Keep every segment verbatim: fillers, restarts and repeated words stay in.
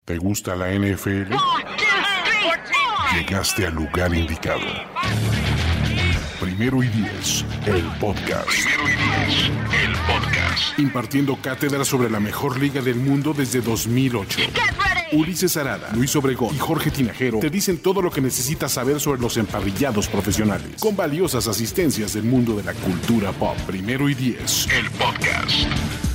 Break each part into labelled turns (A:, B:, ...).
A: ¿Te gusta la N F L? Llegaste al lugar indicado. Primero y Diez, el podcast. Primero y Diez, el podcast. Impartiendo cátedra sobre la mejor liga del mundo desde dos mil ocho. Ulises Arada, Luis Obregón y Jorge Tinajero te dicen todo lo que necesitas saber sobre los emparrillados profesionales, con valiosas asistencias del mundo de la cultura pop. Primero y Diez, el podcast.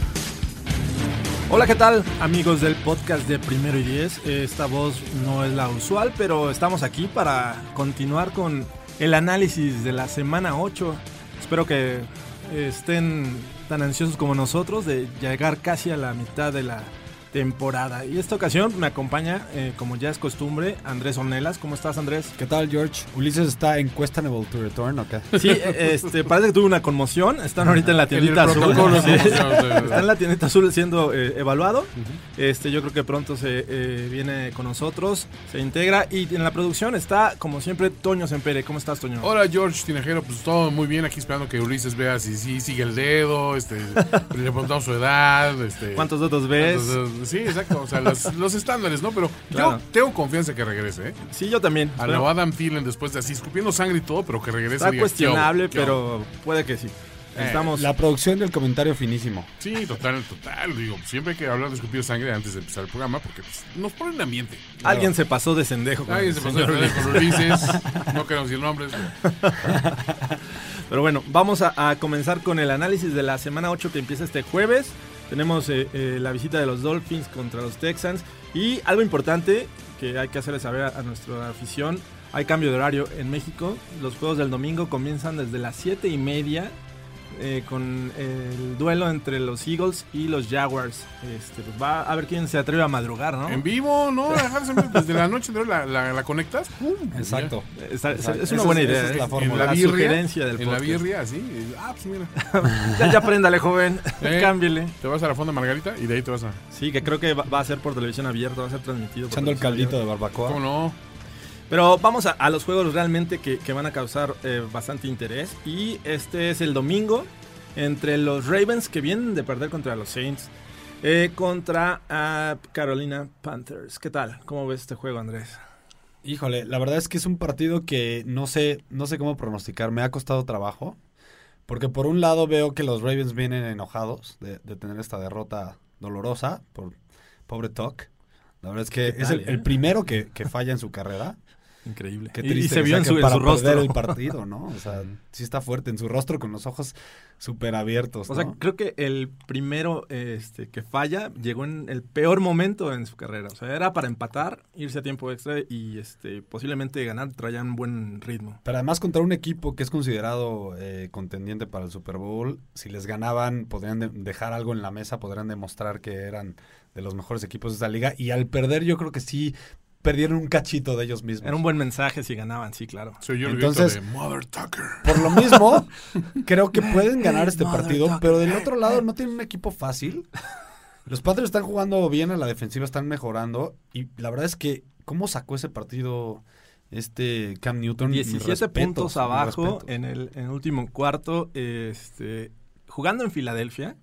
B: Hola, ¿qué tal, amigos del podcast de Primero y Diez? Esta voz no es la usual, pero estamos aquí para continuar con el análisis de la semana ocho. Espero que estén tan ansiosos como nosotros de llegar casi a la mitad de la temporada. Y esta ocasión me acompaña, eh, como ya es costumbre, Andrés Ornelas. ¿Cómo estás, Andrés?
C: ¿Qué tal, George? ¿Ulises está en questionable to return o qué?
B: Sí, este, parece que tuvo una conmoción. Están ahorita en la tiendita azul. Sí. Está en la tiendita azul siendo eh, evaluado. Uh-huh. Este, yo creo que pronto se eh, viene con nosotros, se integra. Y en la producción está, como siempre, Toño Sempere. ¿Cómo estás, Toño?
D: Hola, George Tinajero. Pues todo muy bien. Aquí esperando que Ulises vea si sí sigue el dedo. Este, le preguntamos su edad. Este,
B: ¿Cuántos dedos ves?
D: ¿Cuántos, sí, exacto. O sea, los, los estándares, ¿no? Pero
B: claro,
D: yo tengo confianza que regrese, ¿eh?
B: Sí, yo también.
D: A la Adam Thielen después de así, escupiendo sangre y todo, pero que regrese.
B: Está
D: diga,
B: cuestionable,
D: ¿qué hago?
B: pero puede que sí.
C: Eh,
B: Estamos...
C: La producción del comentario finísimo.
D: Sí, total, total. Digo, siempre hay que hablar de escupir sangre antes de empezar el programa, porque pues, nos pone en ambiente.
B: Alguien claro. se pasó de sendejo. Con
D: Alguien se pasó de sendejo con Ulises. No queremos decir nombres. Pero...
B: pero bueno, vamos a, a comenzar con el análisis de la semana ocho que empieza este jueves. Tenemos eh, eh, la visita de los Dolphins contra los Texans. Y algo importante que hay que hacerle saber a, a nuestra afición: hay cambio de horario en México. Los juegos del domingo comienzan desde las siete y media eh, con el duelo entre los Eagles y los Jaguars. Este, pues va a ver quién se atreve a madrugar, ¿no?
D: En vivo, ¿no? Dejarse desde la noche la, la, la conectas. ¡Pum!
C: Exacto.
B: Está,
C: Exacto.
B: Es una buena idea.
C: Esa es la,
B: ¿eh?
C: fórmula.
D: En la,
B: la
D: birria,
B: sugerencia del
D: en
B: podcast.
D: la birria, así. Ah, pues mira.
B: ya, ya préndale, joven.
D: Eh,
B: Cámbiele.
D: Te vas a la Fonda Margarita y de ahí te vas a...
B: Sí, que creo que va, va a ser por televisión abierta, va a ser transmitido.
C: Echando el caldito de barbacoa.
D: ¿Cómo no?
B: Pero vamos a, a los juegos realmente que, que van a causar eh, bastante interés. Y este es el domingo entre los Ravens, que vienen de perder contra los Saints, eh, contra uh, Carolina Panthers. ¿Qué tal? ¿Cómo ves este juego, Andrés?
C: Híjole, la verdad es que es un partido que no sé, no sé cómo pronosticar. Me ha costado trabajo. Porque por un lado veo que los Ravens vienen enojados de, de tener esta derrota dolorosa por pobre Tuck. La verdad es que es el, eh? el primero que, que falla en su carrera.
B: Increíble.
C: Qué triste,
B: y se vio en su, en
C: para
B: su rostro
C: perder el partido, ¿no? O sea, sí está fuerte en su rostro con los ojos súper abiertos, ¿no?
B: O sea, creo que el primero este, que falla llegó en el peor momento en su carrera. O sea, era para empatar, irse a tiempo extra y este, posiblemente ganar, traían un buen ritmo.
C: Pero además contra un equipo que es considerado eh, contendiente para el Super Bowl, si les ganaban podrían de- dejar algo en la mesa, podrían demostrar que eran de los mejores equipos de esa liga. Y al perder yo creo que sí perdieron un cachito de ellos mismos.
B: Era un buen mensaje si ganaban, sí, claro.
D: Soy yo el
C: Entonces,
D: grito de Mother Tucker.
C: Por lo mismo, creo que pueden ganar este
B: Mother
C: partido,
B: Tucker.
C: pero del otro lado no tienen un equipo fácil. Los Panthers están jugando bien a la defensiva, están mejorando. Y la verdad es que, ¿cómo sacó ese partido este Cam Newton?
B: diecisiete
C: Mis respetos,
B: puntos
C: mis
B: abajo
C: respetos.
B: en el, en el último cuarto, este, jugando en Filadelfia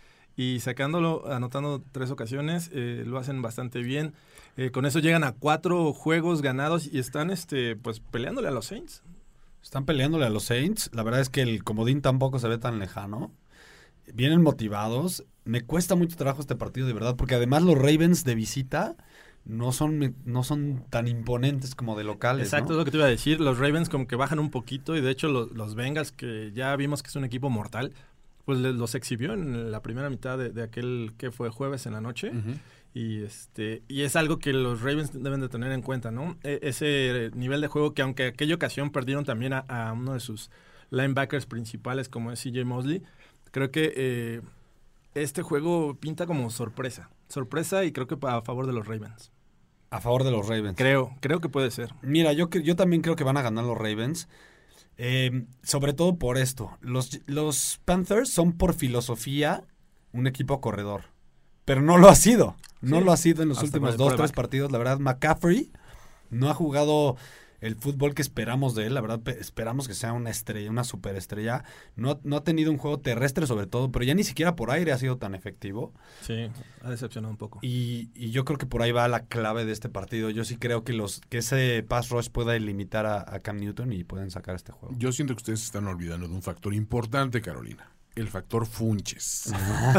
B: y sacándolo, anotando tres ocasiones, eh, lo hacen bastante bien. Eh, con eso llegan a cuatro juegos ganados y están este, pues peleándole a los Saints.
C: Están peleándole a los Saints. La verdad es que el comodín tampoco se ve tan lejano. Vienen motivados. Me cuesta mucho trabajo este partido, de verdad, porque además los Ravens de visita no son, no son tan imponentes como de locales,
B: Exacto,
C: ¿no?
B: es lo que te iba a decir. Los Ravens como que bajan un poquito y de hecho los, los Bengals, que ya vimos que es un equipo mortal, pues les, los exhibió en la primera mitad de, de aquel que fue jueves en la noche.
D: Uh-huh.
B: Y este y es algo que los Ravens deben de tener en cuenta, ¿no? E- ese nivel de juego que aunque aquella ocasión perdieron también a, a uno de sus linebackers principales como es C J Mosley, creo que eh, este juego pinta como sorpresa. Sorpresa y creo que a favor de los Ravens.
C: A favor de los Ravens.
B: Creo, creo que puede ser.
C: Mira, yo, yo también creo que van a ganar los Ravens. Eh, sobre todo por esto. Los, los Panthers son por filosofía un equipo corredor. Pero no lo ha sido. No
B: Sí.
C: lo ha sido en los
B: Hasta
C: últimos
B: con el
C: dos,
B: quarterback.
C: tres partidos. La verdad, McCaffrey no ha jugado el fútbol que esperamos de él. La verdad, esperamos que sea una estrella, una superestrella. No, no ha tenido un juego terrestre sobre todo, pero ya ni siquiera por aire ha sido tan efectivo.
B: Sí, ha decepcionado un poco.
C: Y, y yo creo que por ahí va la clave de este partido. Yo sí creo que los que ese pass rush pueda limitar a, a Cam Newton y pueden sacar este juego.
D: Yo siento que ustedes se están olvidando de un factor importante, Carolina. El factor Funches.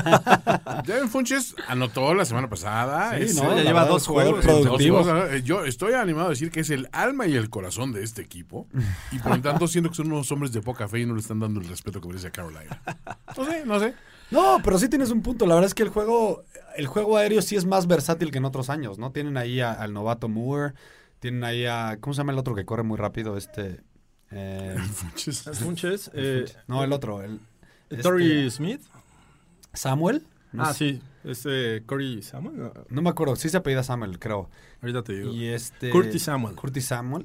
D: Devin Funches anotó la semana pasada.
C: Sí,
D: es,
C: ¿no?
B: ya lleva dos juegos
C: productivos.
D: Yo estoy animado a decir que es el alma y el corazón de este equipo. Y por lo tanto siento que son unos hombres de poca fe y no le están dando el respeto que merece a Carolina. No sé, no sé.
C: No, pero sí tienes un punto. La verdad es que el juego, el juego aéreo sí es más versátil que en otros años, ¿no? Tienen ahí a, al novato Moore, tienen ahí a, ¿cómo se llama el otro que corre muy rápido? Este, eh,
D: Funches.
B: Funches. Eh,
C: no, el otro, el
B: Torrey
C: este,
B: Smith.
C: Samuel. No
B: ah,
C: sé.
B: sí. Este, Corey Samuel. No,
C: no me acuerdo. Sí se apellida Samuel, creo.
B: ahorita te digo.
C: Y este,
B: Curtis Samuel.
C: Curtis Samuel.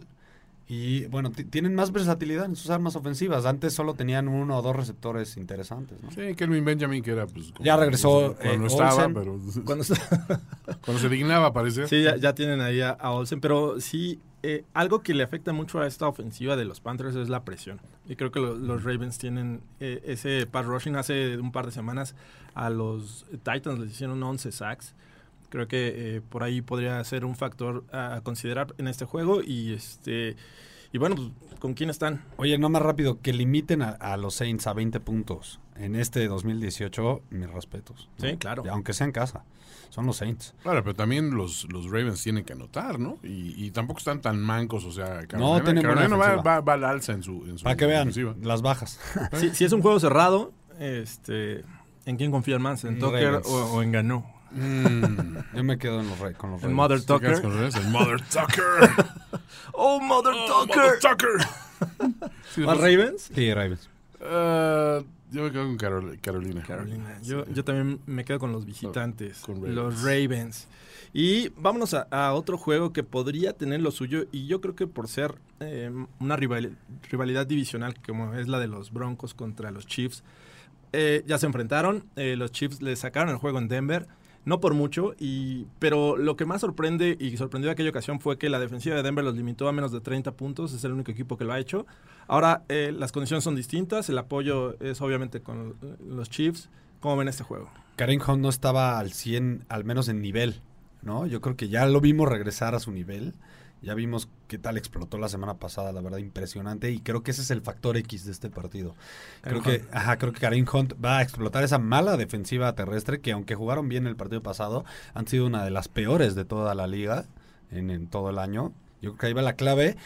C: Y bueno, t- tienen más versatilidad en sus armas ofensivas. Antes solo tenían uno o dos receptores interesantes, ¿no?
D: Sí, Kelvin Benjamin, que era pues...
C: Ya regresó,
D: Cuando
C: eh,
D: no estaba,
C: Olsen.
D: pero...
B: Cuando,
D: Cuando se dignaba, parece.
B: sí, ya, ya tienen ahí a, a Olsen, pero sí, eh, algo que le afecta mucho a esta ofensiva de los Panthers es la presión. Y creo que lo, los Ravens tienen eh, ese pass rushing. Hace un par de semanas a los Titans les hicieron once sacks. Creo que eh, por ahí podría ser un factor a considerar en este juego. Y este y bueno, pues, ¿con quién están?
C: Oye, no más rápido, que limiten a, a los Saints a veinte puntos en este dos mil dieciocho, mis respetos, ¿no?
B: Sí, claro.
C: Aunque sea en casa, son los Saints.
D: Claro, pero también los, los Ravens tienen que anotar, ¿no? Y, y tampoco están tan mancos, o sea, Carolina,
C: No, tienen buena
D: Carolina va,
C: ofensiva.
D: va, va al alza en su, en su
C: Para que vean,
D: ofensiva.
C: las bajas.
B: Si, si es un juego cerrado, este, ¿en quién confían más? ¿En Tucker
C: Ravens.
B: o, o en Ganó?
D: Mm.
C: Yo me quedo en los, re- con los
B: El
C: Ravens.
B: Mother
D: ¿Te quedas
B: Tucker.
D: con los Ravens? El Mother Tucker.
B: ¡Oh, Mother
D: Oh,
B: Tucker!
D: Mother Tucker. Sí,
B: ¿Más
D: después-
B: Ravens?
C: Sí, Ravens.
D: Uh, yo me quedo con Carol- Carolina.
B: Carolina. Yo, yo también me quedo con los visitantes,
D: Con Ravens.
B: los Ravens. Y vámonos a, a otro juego que podría tener lo suyo, y yo creo que por ser eh, una rival- rivalidad divisional como es la de los Broncos contra los Chiefs, eh, ya se enfrentaron, eh, los Chiefs le sacaron el juego en Denver, no por mucho, y pero lo que más sorprende y sorprendió en aquella ocasión fue que la defensiva de Denver los limitó a menos de treinta puntos, es el único equipo que lo ha hecho. Ahora eh, las condiciones son distintas, el apoyo es obviamente con los Chiefs. ¿Cómo ven este juego?
C: Kareem Hunt no estaba al cien, al menos en nivel, ¿no? Yo creo que ya lo vimos regresar a su nivel. Ya vimos qué tal explotó la semana pasada, la verdad, impresionante. Y creo que ese es el factor X de este partido. Creo
B: Kareem
C: que, ajá, creo que Kareem Hunt va a explotar esa mala defensiva terrestre que, aunque jugaron bien el partido pasado, han sido una de las peores de toda la liga en, en todo el año. Yo creo que ahí va la clave.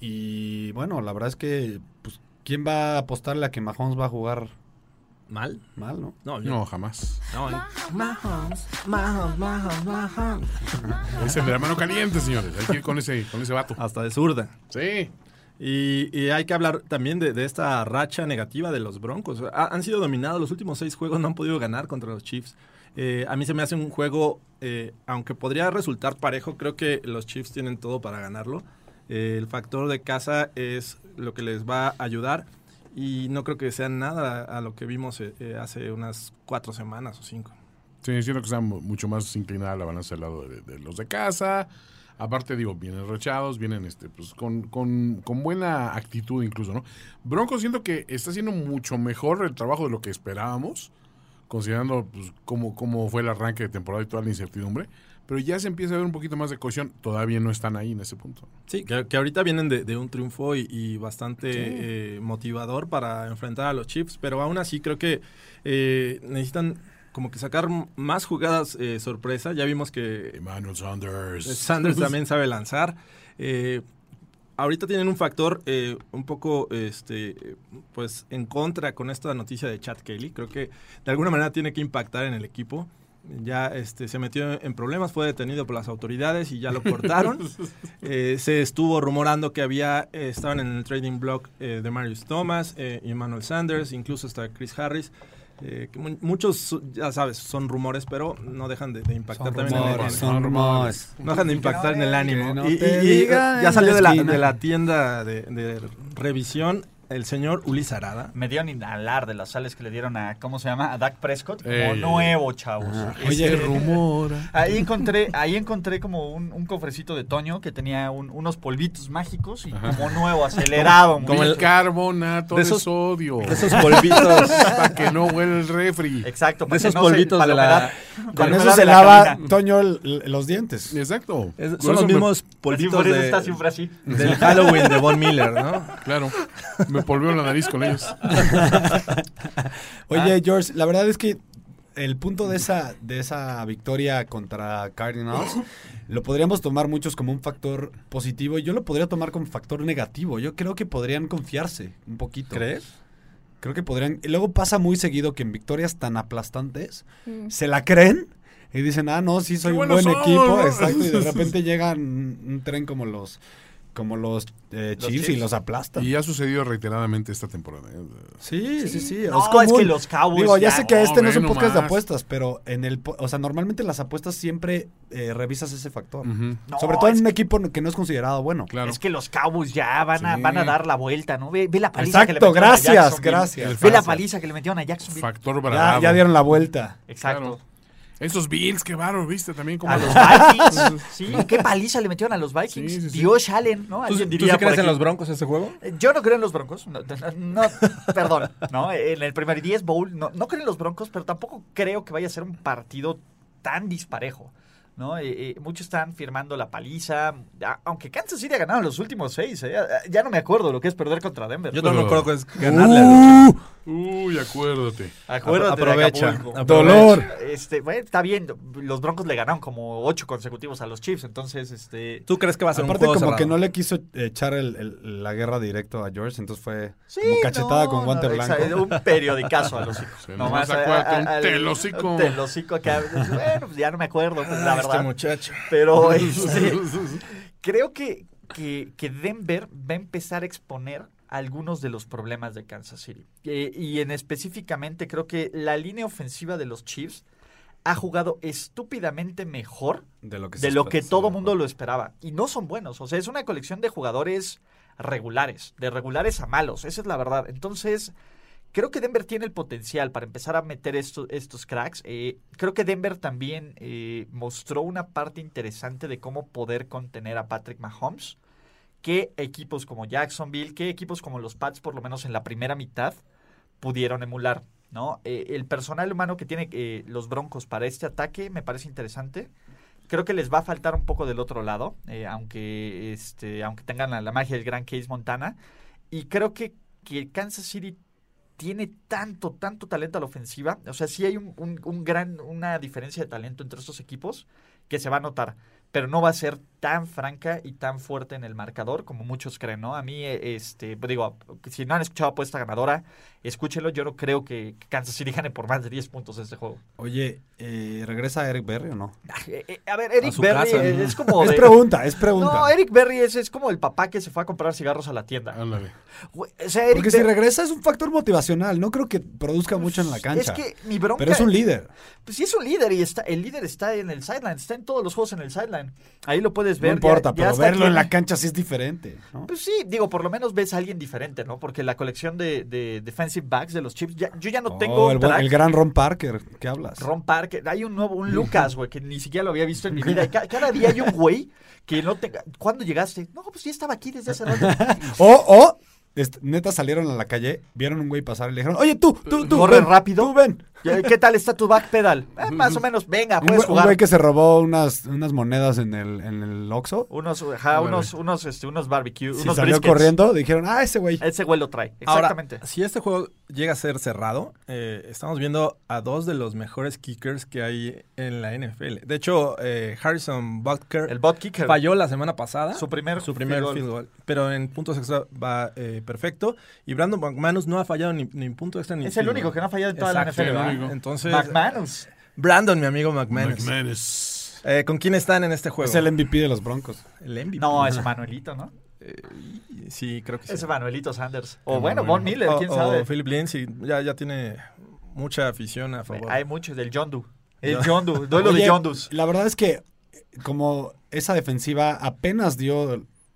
C: Y bueno, la verdad es que, pues, ¿quién va a apostarle a que Mahomes va a jugar
B: ¿Mal?
C: mal, no?
B: No, yo-
D: No, jamás.
B: no, eh. Mahomes, Mahomes, Mahomes, Mahomes.
D: Es el de la mano caliente, señores. Hay que ir con ese, con ese vato.
B: Hasta de zurda.
D: Sí.
B: Y, y hay que hablar también de, de esta racha negativa de los Broncos. Ha- han sido dominados los últimos seis juegos, no han podido ganar contra los Chiefs. Eh, a mí se me hace un juego, eh, aunque podría resultar parejo, creo que los Chiefs tienen todo para ganarlo. Eh, el factor de casa es lo que les va a ayudar. Y no creo que sea nada a lo que vimos eh, eh, hace unas cuatro semanas o cinco.
D: Sí, siento que está mu- mucho más inclinada la balanza del lado de, de los de casa. Aparte, digo, vienen rechados, vienen este, pues, con, con, con buena actitud incluso, ¿no? Broncos siento que está haciendo mucho mejor el trabajo de lo que esperábamos, considerando pues, cómo, cómo fue el arranque de temporada y toda la incertidumbre. Pero ya se empieza a ver un poquito más de cohesión. Todavía no están ahí en ese punto.
B: Sí, que, que ahorita vienen de, de un triunfo y, y bastante
D: Sí.
B: eh, motivador para enfrentar a los Chiefs, pero aún así creo que eh, necesitan como que sacar m- más jugadas eh, sorpresa. Ya vimos que
D: Emmanuel Sanders.
B: Sanders también sabe lanzar. Eh, ahorita tienen un factor eh, un poco este pues en contra con esta noticia de Chad Kelly. Creo que de alguna manera tiene que impactar en el equipo. Ya este, se metió en problemas, fue detenido por las autoridades y ya lo cortaron. eh, se estuvo rumorando que había eh, estaban en el trading block eh, de Marius Thomas, eh, y Emmanuel Sanders, incluso hasta Chris Harris. Eh, que mu- muchos, ya sabes, son rumores, pero no dejan de, de impactar
C: Son
B: también en el-
C: rumores,
B: en-
C: son rumores.
B: no dejan de impactar en el ánimo.
C: Que no
B: y,
C: te
B: y- y,
C: digan
B: ya
C: en
B: salió
C: la
B: de la,
C: esquina.
B: de la tienda de, de revisión el señor Ulises Arada.
E: Me dieron inhalar de las sales que le dieron a, ¿cómo se llama? A Dak Prescott. Como
D: Ey.
E: nuevo, chavos.
C: Ah,
E: Este,
C: oye,
D: rumora.
E: Ahí encontré, ahí encontré como un, un cofrecito de Toño que tenía un- unos polvitos mágicos y como nuevo, acelerado.
B: Como
E: muy-
B: el-
D: Bicarbonato
B: de
D: de,
B: esos-
D: sodio.
B: De esos polvitos.
D: Para que no huele el refri.
E: Exacto.
B: de
E: para que
B: esos
E: no se-
B: polvitos
E: para
B: de
E: la
B: la...
E: humedad-
C: Con
E: para la
C: eso
E: humedad
C: se
E: de la
C: lava
E: cabina.
C: Toño el- el- los dientes.
D: Exacto.
B: Es-
D: Por
B: son
D: eso
B: los
D: me-
B: mismos
E: Así
B: polvitos
E: por eso
B: de,
E: está siempre así.
B: del Halloween de Von Miller, ¿no?
D: Claro. Me polvió la nariz con ellos.
C: Oye, George, la verdad es que el punto de esa, de esa victoria contra Cardinals lo podríamos tomar muchos como un factor positivo y yo lo podría tomar como factor negativo. Yo creo que podrían confiarse un poquito.
B: ¿Crees?
C: Creo que podrían. Y luego pasa muy seguido que en victorias tan aplastantes
F: Mm.
C: se la creen y dicen, ah, no, sí soy
D: Qué
C: un
D: buenos
C: buen
D: somos,
C: equipo.
D: ¿no?
C: Exacto. Y de repente llegan un, un tren como los como los, eh,
E: Los
C: Chiefs y
E: Chiefs.
C: los aplastan.
D: Y ha sucedido reiteradamente esta temporada. ¿eh?
C: Sí, sí, sí.
E: No, es
C: común.
E: que los Cowboys
C: Digo, ya,
E: ya-
C: sé que este no es un
D: no,
C: podcast de
D: nomás.
C: apuestas, pero en el, po- o sea, normalmente en las apuestas siempre eh, revisas ese factor.
D: Ujú.
E: No,
C: Sobre todo en
E: es
C: un equipo que no es considerado bueno.
D: Claro.
E: Es que los Cowboys ya van a,
D: Sí.
E: van a dar la vuelta, ¿no? Ve, ve la paliza que le
C: Exacto,
E: metieron a
C: gracias,
E: Jacksonville.
C: gracias.
E: Ve
C: gracias.
E: la paliza que le metieron a Jacksonville.
D: Factor
C: Ya,
D: bravo.
C: ya dieron la vuelta.
E: Exacto.
D: Claro. Esos Bills, qué bárbaro, ¿viste? También como
E: A
D: los...
E: los Vikings. Sí, qué paliza le metieron a los Vikings.
D: Sí, sí, sí.
E: Dios Allen, ¿no?
B: ¿Tú,
E: Alguien
B: tú sí
E: diría por
B: crees en
E: aquí.
B: los Broncos este juego?
E: Eh, Yo no creo en los Broncos. No, no, no, perdón. ¿no? En el primer diez Bowl no, no creo en los Broncos, pero tampoco creo que vaya a ser un partido tan disparejo. ¿no? Eh, eh, muchos están firmando la paliza. A- aunque Kansas City ha ganado los últimos seis. ¿eh? Ya no me acuerdo lo que es perder contra Denver.
B: Yo también me
D: Pero-
B: acuerdo que es ganarle a los Chiefs.
D: Uy, acuérdate.
E: Acuérdate de
B: Aprovecha.
E: Acapulco.
B: aprovecha.
C: Dolor.
E: Este, bueno, está bien. Los Broncos le ganaron como ocho consecutivos a los Chiefs. Entonces, este.
B: ¿Tú crees que va a ser
C: Aparte,
B: un
C: como
B: juego
C: que
B: cerrado?
C: no le quiso echar el- el- la guerra directo a George, entonces fue
E: Sí,
C: como cachetada
E: no,
C: con guante
E: no,
C: blanco.
E: exacto, un periodicazo a los hijos.
D: Sí, nomás acuérdate, un telocico.
E: Un telocico que, bueno, pues ya no me acuerdo, pues, la
B: Ah,
E: verdad.
B: Este muchacho.
E: Pero este, creo que, que, que Denver va a empezar a exponer algunos de los problemas de Kansas City. Eh, y en específicamente creo que la línea ofensiva de los Chiefs ha jugado estúpidamente mejor
C: De lo que, se
E: de lo
C: espera-
E: que
C: se
E: todo
C: espera.
E: mundo lo esperaba. Y no son buenos. O sea, es una colección de jugadores regulares, de regulares a malos. Esa es la verdad. Entonces, creo que Denver tiene el potencial para empezar a meter esto- estos cracks. Eh, creo que Denver también eh, mostró una parte interesante de cómo poder contener a Patrick Mahomes. Que equipos como Jacksonville, que equipos como los Pats, por lo menos en la primera mitad, pudieron emular. ¿no? Eh, el personal humano que tiene eh, los Broncos para este ataque me parece interesante. Creo que les va a faltar un poco del otro lado, eh, aunque este, aunque tengan la, la magia del gran Case Montana. Y creo que, que Kansas City tiene tanto, tanto talento a la ofensiva. O sea, sí hay un, un, un gran, una diferencia de talento entre estos equipos que se va a notar. Pero no va a ser tan franca y tan fuerte en el marcador como muchos creen, ¿no? A mí, eh, este, pues digo, si no han escuchado apuesta ganadora, escúchenlo. Yo no creo que Kansas City gane por más de diez puntos este juego.
C: Oye, eh, ¿regresa Eric Berry o no?
E: Eh, eh, a ver, Eric
B: su
E: Berry
B: casa,
E: eh,
B: ¿no?
E: es como...
C: Es
E: de-
C: pregunta, es pregunta.
E: No, Eric Berry es, es como el papá que se fue a comprar cigarros a la tienda.
D: Ándale.
E: Güey, o sea, Eric
C: Porque si
E: Berry-
C: regresa es un factor motivacional. No creo que produzca mucho en la cancha.
E: Es que mi bronca...
C: pero es un líder.
E: Pues sí es un líder y está, el líder está en el sideline, está en todos los juegos en el sideline. Ahí lo puedes
C: No
E: ver.
C: importa,
E: ya- ya
C: pero
E: está
C: verlo
E: aquí
C: en la cancha sí es diferente, ¿no?
E: Pues sí, digo, por lo menos ves a alguien diferente, ¿no? Porque la colección de, de defensive backs de los Chiefs, ya, yo ya no tengo
C: Oh, el,
E: un
C: buen-
E: track.
C: el gran Ron Parker, ¿qué hablas?
E: Ron Parker, hay un nuevo, un Lucas, güey, que ni siquiera lo había visto en mi vida. Y ca- cada día hay un güey que no tenga. ¿Cuándo llegaste? No, pues sí estaba aquí desde hace rato.
C: O, o, est- neta salieron a la calle, vieron un güey pasar y le dijeron, oye, tú, tú, tú,
E: Corre
C: ven,
E: rápido.
C: tú ven.
E: ¿Qué tal está tu backpedal? Eh, más o menos, venga,
C: Un
E: puedes
C: güey, un
E: jugar.
C: güey que se robó unas, unas monedas en el, en el Oxxo
E: Unos, ajá, unos, unos, este, unos barbecue,
C: y
E: unos
C: salió
E: briskets.
C: corriendo, dijeron, ah, ese güey.
E: Ese güey lo trae,
B: Ahora,
E: exactamente.
B: si este juego llega a ser cerrado, eh, estamos viendo a dos de los mejores kickers que hay en la N F L. De hecho, eh, Harrison Butker
E: El bot kicker.
B: falló la semana pasada.
E: Su primer
B: su primer
E: field
B: field
E: goal.
B: goal. Pero en puntos extra va eh, perfecto. Y Brandon McManus no ha fallado ni, ni punto extra ni
E: Es el
B: field
E: único
B: goal.
E: que no ha fallado en toda la N F L.
B: Exacto,
E: ¿verdad?
D: el único.
B: Entonces,
E: McManus.
B: Brandon, mi amigo McManus.
D: McManus.
B: Eh, ¿Con quién están en este juego?
C: Es el M V P de los Broncos.
B: El M V P.
E: No, ese Manuelito, ¿no?
B: Sí, creo que sí.
E: Ese Manuelito Sanders. O
B: El
E: bueno,
B: Manuel.
E: Von Miller,
B: O-
E: quién
B: o
E: sabe.
B: Philip Lindsay, ya, ya tiene mucha afición a favor.
E: Hay muchos del John Doe. El
B: No.
E: John Doe, duelo
C: Oye,
E: de John Does.
C: La verdad es que como esa defensiva apenas dio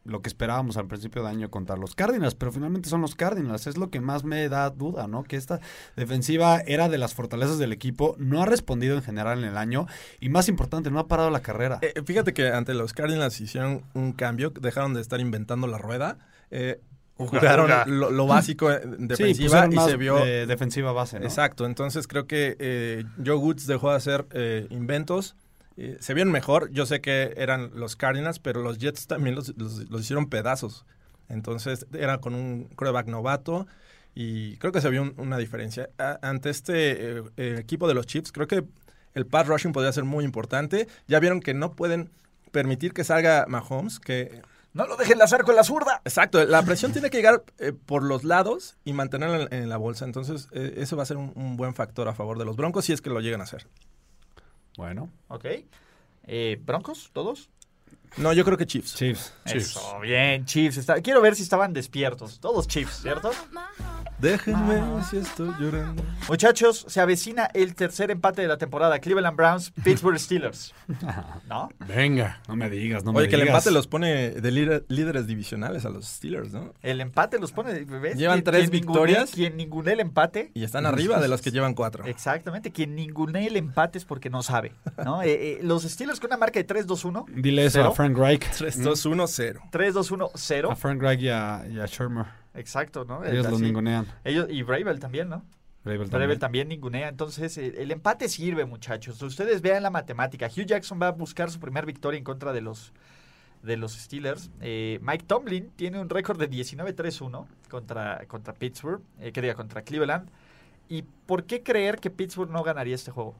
C: lo que esperábamos al principio de año contra los Cardinals, pero finalmente son los Cardinals, es lo que más me da duda, ¿no? Que esta defensiva era de las fortalezas del equipo, no ha respondido en general en el año y más importante, no ha parado la carrera.
B: Eh, fíjate que ante los Cardinals hicieron un cambio, dejaron de estar inventando la rueda, eh, jugaron lo, lo básico en defensiva
C: sí,
B: y
C: más,
B: se vio
C: eh, defensiva base, ¿no?
B: Exacto, entonces creo que eh, Joe Woods dejó de hacer eh, inventos. Eh, se vieron mejor, yo sé que eran los Cardinals, pero los Jets también los, los, los hicieron pedazos. Entonces era con un quarterback novato y creo que se vio un, una diferencia. A, ante este eh, eh, equipo de los Chiefs, creo que el pass rushing podría ser muy importante. Ya vieron que no pueden permitir que salga Mahomes, que...
E: ¡No lo dejen lanzar con la zurda!
B: Exacto, la presión tiene que llegar eh, por los lados y mantenerla en, en la bolsa. Entonces eh, eso va a ser un, un buen factor a favor de los Broncos si es que lo llegan a hacer.
C: Bueno.
E: Ok. Eh, ¿Broncos? ¿Todos?
B: No, yo creo que Chiefs.
C: Chiefs.
E: Eso, bien, Chiefs. Está... Quiero ver si estaban despiertos. Todos Chiefs, ¿cierto?
B: Déjenme si estoy llorando.
E: Muchachos, se avecina el tercer empate de la temporada. Cleveland Browns, Pittsburgh Steelers. ¿No?
D: Venga.
C: No me digas, no me
B: Oye, que
C: digas.
B: el empate los pone de líder- líderes divisionales a los Steelers, ¿no?
E: El empate los pone... ¿ves?
B: Llevan
E: Quien-
B: tres
E: quien
B: victorias.
E: Ningune, quien ningune el empate...
B: Y están arriba de los que llevan cuatro.
E: Exactamente. Quien ningune el empate es porque no sabe, ¿no? eh, eh, los Steelers con una marca de tres dos uno.
C: Dile eso
E: ¿Cero?
C: a Frank Reich.
B: tres dos uno cero.
E: tres dos uno cero.
C: A Frank Reich y a, y a Shermer.
E: Exacto, ¿no?
C: Ellos los
E: Así.
C: ningunean.
E: Ellos, y Bravel también, ¿no?
C: Bravel
E: Bravel también ningunea. Entonces, el, el empate sirve, muchachos. Ustedes vean la matemática. Hugh Jackson va a buscar su primer victoria en contra de los, de los Steelers. Eh, Mike Tomlin tiene un récord de diecinueve tres uno contra, contra Pittsburgh, eh, que diga, contra Cleveland. ¿Y por qué creer que Pittsburgh no ganaría este juego?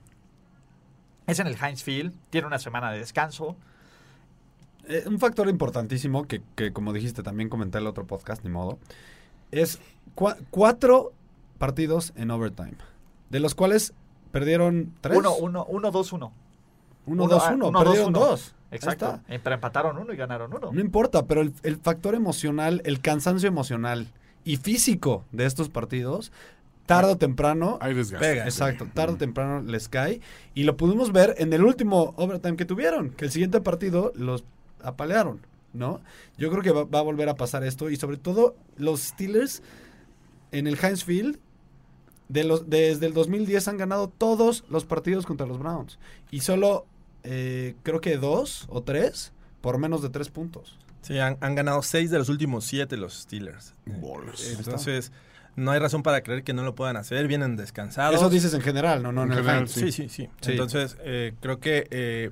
E: Es en el Heinz Field, tiene una semana de descanso.
C: Eh, un factor importantísimo que, que, como dijiste, también comenté en el otro podcast, ni modo, es cua- cuatro partidos en overtime, de los cuales perdieron tres.
E: Uno, uno, uno, dos, uno.
C: Uno, dos, uno.
E: uno,
C: Perdieron
E: dos, uno.
C: dos. Ahí
E: Exacto.
C: está.
E: Eh, Pero empataron uno y ganaron uno.
C: No importa, pero el, el factor emocional, el cansancio emocional y físico de estos partidos, tarde o temprano...
D: Hay desgaste.
B: Pega.
C: Exacto, tarde o temprano les cae. Y lo pudimos ver en el último overtime que tuvieron, que el siguiente partido los apalearon, ¿no? Yo creo que va, va a volver a pasar esto. Y sobre todo, los Steelers en el Heinz Field, de los, desde el dos mil diez han ganado todos los partidos contra los Browns. Y solo, eh, creo que dos o tres, por menos de tres puntos.
B: Sí, han, han ganado seis de los últimos siete los Steelers.
D: Bolas.
B: Eh, Entonces, no hay razón para creer que no lo puedan hacer. Vienen descansados.
C: Eso dices en general, no, no en,
D: En
C: el
D: general,
C: Heinz.
B: Sí, sí, sí.
C: Sí.
B: Entonces, eh, creo que eh,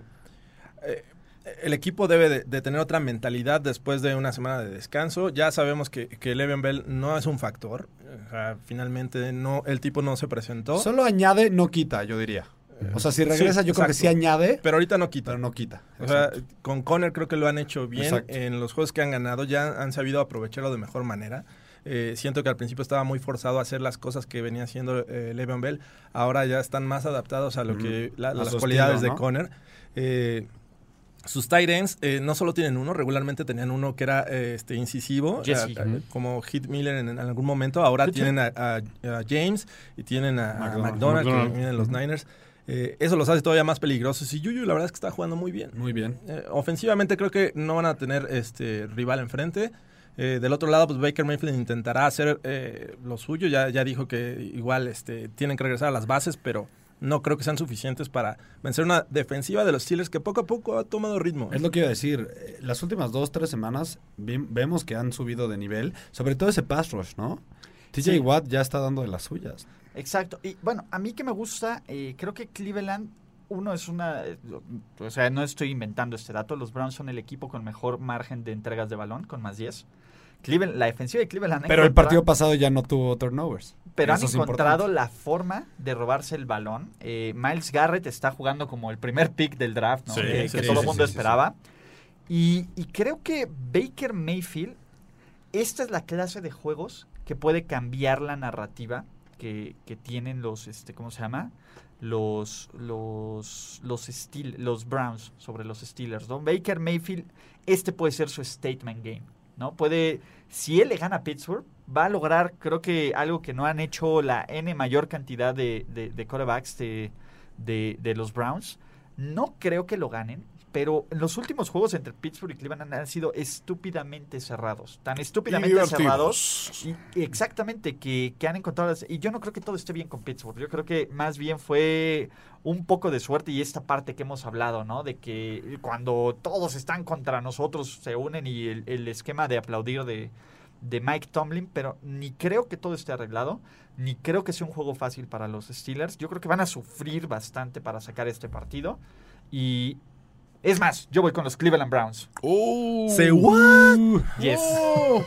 B: eh, el equipo debe de, de tener otra mentalidad después de una semana de descanso. Ya sabemos que, que Le'Veon Bell no es un factor. O sea, finalmente no, el tipo no se presentó.
C: Solo añade, no quita, yo diría. O sea, si regresa,
B: Sí,
C: yo creo que
B: exacto.
C: sí añade,
B: Pero ahorita no quita.
C: pero no quita.
B: O sea,
C: Exacto.
B: con Conner creo que lo han hecho bien.
C: Exacto.
B: En los juegos que han ganado ya han sabido aprovecharlo de mejor manera. Eh, siento que al principio estaba muy forzado a hacer las cosas que venía haciendo eh, Le'Veon Bell. Ahora ya están más adaptados a lo que la-
C: A
B: las
C: su
B: cualidades
C: estilo,
B: de
C: ¿no?
B: Conner. Eh, sus tight ends eh, no solo tienen uno, regularmente tenían uno que era eh, este incisivo,
E: Jesse.
B: eh, eh, como Heath Miller en, en algún momento. Ahora
C: De hecho.
B: tienen a, a- a James y tienen a, a
C: McDonald.
B: McDonald, que
D: McDonald.
B: vienen los Niners. Eh, eso los hace todavía más peligrosos. Y Juju, la verdad es que está jugando muy bien.
C: Muy bien.
B: Eh, ofensivamente creo que no van a tener este rival enfrente. Eh, del otro lado, pues Baker Mayfield intentará hacer eh, lo suyo. Ya, ya dijo que igual este, tienen que regresar a las bases, pero no creo que sean suficientes para vencer una defensiva de los Steelers que poco a poco ha tomado ritmo.
C: Es lo que iba a decir. eh, Las últimas dos, tres semanas vi- vemos que han subido de nivel. Sobre todo ese pass rush, ¿no? T J
E: Sí.
C: Watt ya está dando de las suyas.
E: Exacto. Y bueno, a mí que me gusta, eh, creo que Cleveland, uno es una... eh, o sea, no estoy inventando este dato. Los Browns son el equipo con mejor margen de entregas de balón, con más diez. Cleveland, la defensiva de Cleveland... ha
C: Pero el
E: encontrado-
C: partido pasado ya no tuvo turnovers.
E: Pero han
C: Eso es
E: encontrado
C: importante.
E: la forma de robarse el balón. Eh, Myles Garrett está jugando como el primer pick del draft, ¿no?
B: Sí,
E: Eh,
B: sí,
E: que
B: sí,
E: todo el
B: sí,
E: mundo
B: sí, sí,
E: esperaba. Y, y creo que Baker Mayfield, esta es la clase de juegos que puede cambiar la narrativa que, que tienen los, este, ¿cómo se llama? Los, los, los, Steel, los Browns sobre los Steelers, ¿no? Baker Mayfield, este puede ser su statement game, ¿no? Puede, si él le gana a Pittsburgh, va a lograr, creo que algo que no han hecho la N mayor cantidad de, de, de quarterbacks de, de, de los Browns. No creo que lo ganen, pero en los últimos juegos entre Pittsburgh y Cleveland han sido estúpidamente cerrados. Tan estúpidamente cerrados. Y, y exactamente, que, que han encontrado... Las, y yo no creo que todo esté bien con Pittsburgh. Yo creo que más bien fue un poco de suerte y esta parte que hemos hablado, ¿no? De que cuando todos están contra nosotros se unen y el, el esquema de aplaudir de, de Mike Tomlin, pero ni creo que todo esté arreglado, ni creo que sea un juego fácil para los Steelers. Yo creo que van a sufrir bastante para sacar este partido. Y... es más, yo voy con los Cleveland Browns.
D: Oh.
B: ¿Say what?
E: Yes.
D: Oh.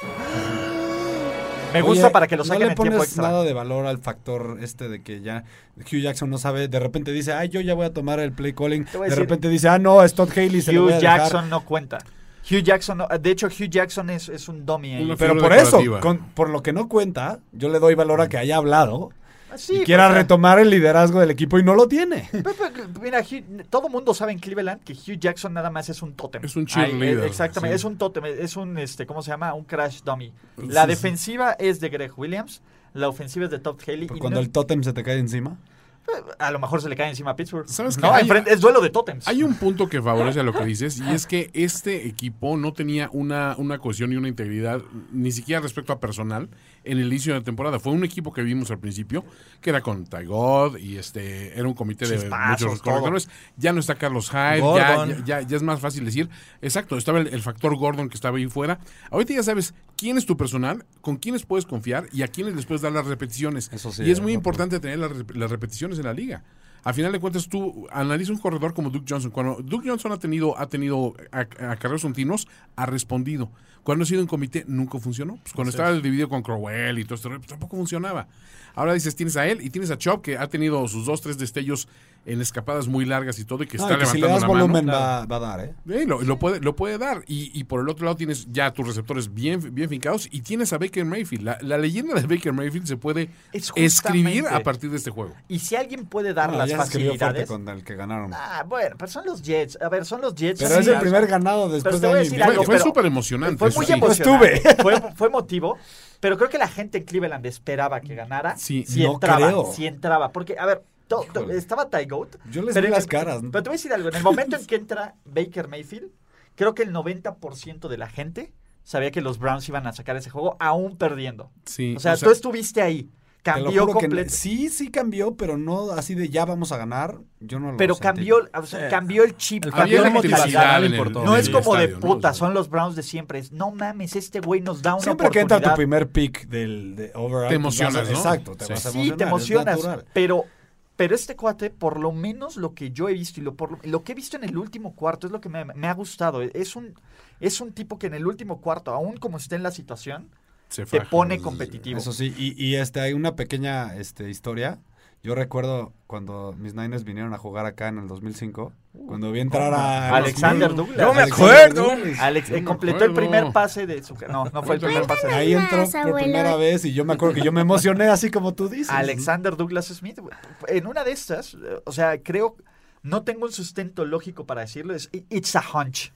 E: Me gusta
C: Oye,
E: para que lo saquen
C: ¿no
E: en tiempo
C: le pones
E: extra.
C: nada de valor al factor este de que ya Hugh Jackson no sabe, de repente dice, ay, yo ya voy a tomar el play calling,
E: Te voy a
C: de
E: decir,
C: repente dice, ah, no, es Todd Haley, se lo voy
E: Hugh
C: a dejar.
E: Jackson no cuenta. Hugh Jackson, no, de hecho, Hugh Jackson es, es un dummy ahí.
D: Una
C: Pero
D: figura
C: por eso,
D: decorativa.
C: con- por lo que no cuenta, yo le doy valor a que haya hablado
E: Ah, sí,
C: y quiera
E: pues,
C: retomar el liderazgo del equipo y no lo tiene.
E: Pero, pero, mira, Hugh- todo mundo sabe en Cleveland que Hugh Jackson nada más es un tótem.
D: Es un
E: Ay,
D: cheerleader,
E: eh, exactamente,
D: sí.
E: es un tótem, es un, este, ¿cómo se llama? Un crash dummy. La
D: Sí,
E: defensiva es de Greg Williams, la ofensiva es de Todd Haley.
C: Porque
E: y
C: cuando
E: no-
C: el tótem se te cae encima.
E: a lo mejor se le cae encima a Pittsburgh.
D: ¿Sabes qué?
E: No,
D: Hay-
E: enfrente- es duelo de tótems.
D: Hay un punto que favorece a lo que dices, y es que este equipo no tenía una, una cohesión y una integridad, ni siquiera respecto a personal, en el inicio de la temporada. Fue un equipo que vimos al principio, que era con Ty God, y este era un comité de
E: Chispazos,
D: muchos corredores. Ya no está Carlos Hyde, ya,
B: Gordon.
D: ya, ya- ya es más fácil decir. Exacto, estaba el, el factor Gordon que estaba ahí fuera. Ahorita ya sabes quién es tu personal, con quiénes puedes confiar y a quiénes les puedes dar las repeticiones.
C: Eso sí,
D: y es
C: es
D: muy
C: otro.
D: importante tener las, rep- las repeticiones en la liga. A final de cuentas, tú analiza un corredor como Duke Johnson. Cuando Duke Johnson ha tenido, ha tenido acarreos continuos, ha respondido. Cuando ha sido en comité, nunca funcionó. Pues cuando estaba dividido con Crowell y todo esto, pues tampoco funcionaba. Ahora dices, tienes a él y tienes a Chop, que ha tenido sus dos, tres destellos en escapadas muy largas y todo, y que
C: No,
D: está
C: y que si le
D: levantando
C: das
D: la
C: volumen
D: mano.
C: va, va a dar, ¿eh?
D: Eh, lo, lo puede, lo puede dar. Y, y por el otro lado tienes ya tus receptores bien, bien fincados y tienes a Baker Mayfield. La, la leyenda de Baker Mayfield se puede
E: Es
D: escribir
E: justamente-
D: a partir de este juego.
E: Y si alguien puede dar
C: No,
E: las
C: ya se escribió fuerte
E: facilidades...
C: con el que ganaron.
E: Ah, bueno, pero son los Jets. A ver, son los Jets.
C: Pero
E: Sí,
C: es el
E: o
C: primer
E: sea,
C: ganado después
E: te
C: de
E: voy a
C: año y
E: decir
C: medio.
E: algo,
D: Fue
E: pero-
D: súper emocionante.
E: Fue
D: eso
E: muy
D: sí.
E: emocionante. Fue, fue emotivo. Pero creo que la gente en Cleveland esperaba que ganara.
D: Sí,
E: si
C: no
E: entraba,
C: creo.
E: si entraba. Porque, a ver, to- to-
C: Híjole.
E: estaba Ty Goat.
C: Yo les
E: pero
C: vi
E: en
C: las
E: el-
C: caras.
E: Pero te voy a decir algo. En el momento en que entra Baker Mayfield, creo que el noventa por ciento de la gente sabía que los Browns iban a sacar ese juego aún perdiendo.
D: Sí,
E: O sea, tú estuviste ahí.
C: Te lo
E: Cambió
C: juro que
E: completo.
C: sí, sí cambió, pero no así de ya vamos a ganar. Yo no lo
E: Pero
C: sentí.
E: cambió, o sea,
B: Eh,
E: cambió el chip,
B: el
E: cambió
D: Había
E: la
B: factor
E: mentalidad.
B: motivacional
D: en el-
B: importó.
E: No
D: en
E: es
D: el
E: como de
D: estadio, ¿no?
E: puta,
D: O sea,
E: son los Browns de siempre. Es, no mames, este güey nos da una
C: Siempre que entra
E: oportunidad.
C: tu primer pick del de overall,
D: Te
C: pues
D: emocionas,
C: vas a-
D: ¿no?
C: Exacto, te
D: Sí.
C: vas a
E: Sí,
C: emocionar.
E: te
C: es
E: emocionas.
C: natural.
E: Pero, pero este cuate, por lo menos lo que yo he visto y lo, por lo, lo que he visto en el último cuarto es lo que me, me ha gustado. Es un, es un tipo que en el último cuarto, aún como esté en la situación,
D: Se
E: te
D: faja.
E: pone competitivo.
C: Eso sí, y, y este hay una pequeña este, historia. Yo recuerdo cuando mis Niners vinieron a jugar acá en el dos mil cinco, cuando vi entrar a
E: Alexander
C: Smith.
E: Douglas.
B: No me
C: Alexander
B: acuerdo.
C: Douglas.
E: Alex,
D: No
E: eh,
D: me
E: completó el
D: acuerdo.
E: primer pase de su... No, no fue el primer pase. de-
C: Ahí entró
F: más,
C: por
F: abuelo.
C: primera vez y yo me acuerdo que yo me emocioné así como tú dices.
E: Alexander Douglas Smith. güey. En una de estas, eh, o sea, creo... No tengo un sustento lógico para decirlo. Es, it's a hunch.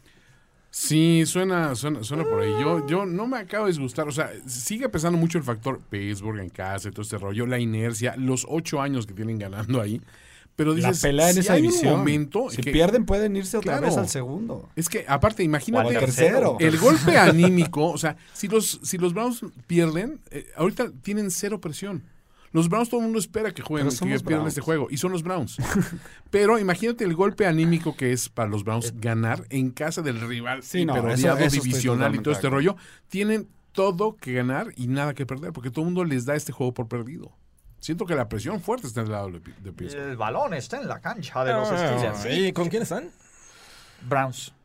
D: Sí, suena, suena, suena por ahí. Yo, yo no me acabo de disgustar. O sea, sigue pesando mucho el factor Pittsburgh en casa y todo este rollo, la inercia, los ocho años que tienen ganando ahí. Pero
C: La
D: dices,
C: pelea en
D: si
C: esa
D: hay
C: división.
D: un momento
C: si
D: que-
C: pierden pueden irse otra
D: Claro.
C: vez al segundo.
D: Es que, aparte,
C: O
D: imagínate
C: al tercero.
D: el golpe anímico. O sea, si los, si los Browns pierden, eh, ahorita tienen cero presión. Los Browns, todo el mundo espera que jueguen,
C: Pero son
D: que
C: los
D: pierdan
C: Browns.
D: este juego. Y son los Browns. Pero imagínate el golpe anímico que es para los Browns ganar en casa del rival
C: Sí, no,
D: hiperodiado,
C: eso- eso estoy
D: divisional y todo
C: totalmente
D: este
C: de
D: rollo. Tienen todo que ganar y nada que perder, porque todo el mundo les da este juego por perdido. Siento que la presión fuerte está en el lado de, Pi- de Pittsburgh.
E: El balón está en la cancha de los
B: Ah,
E: Steelers.
B: ¿Y con quién están?
E: Browns.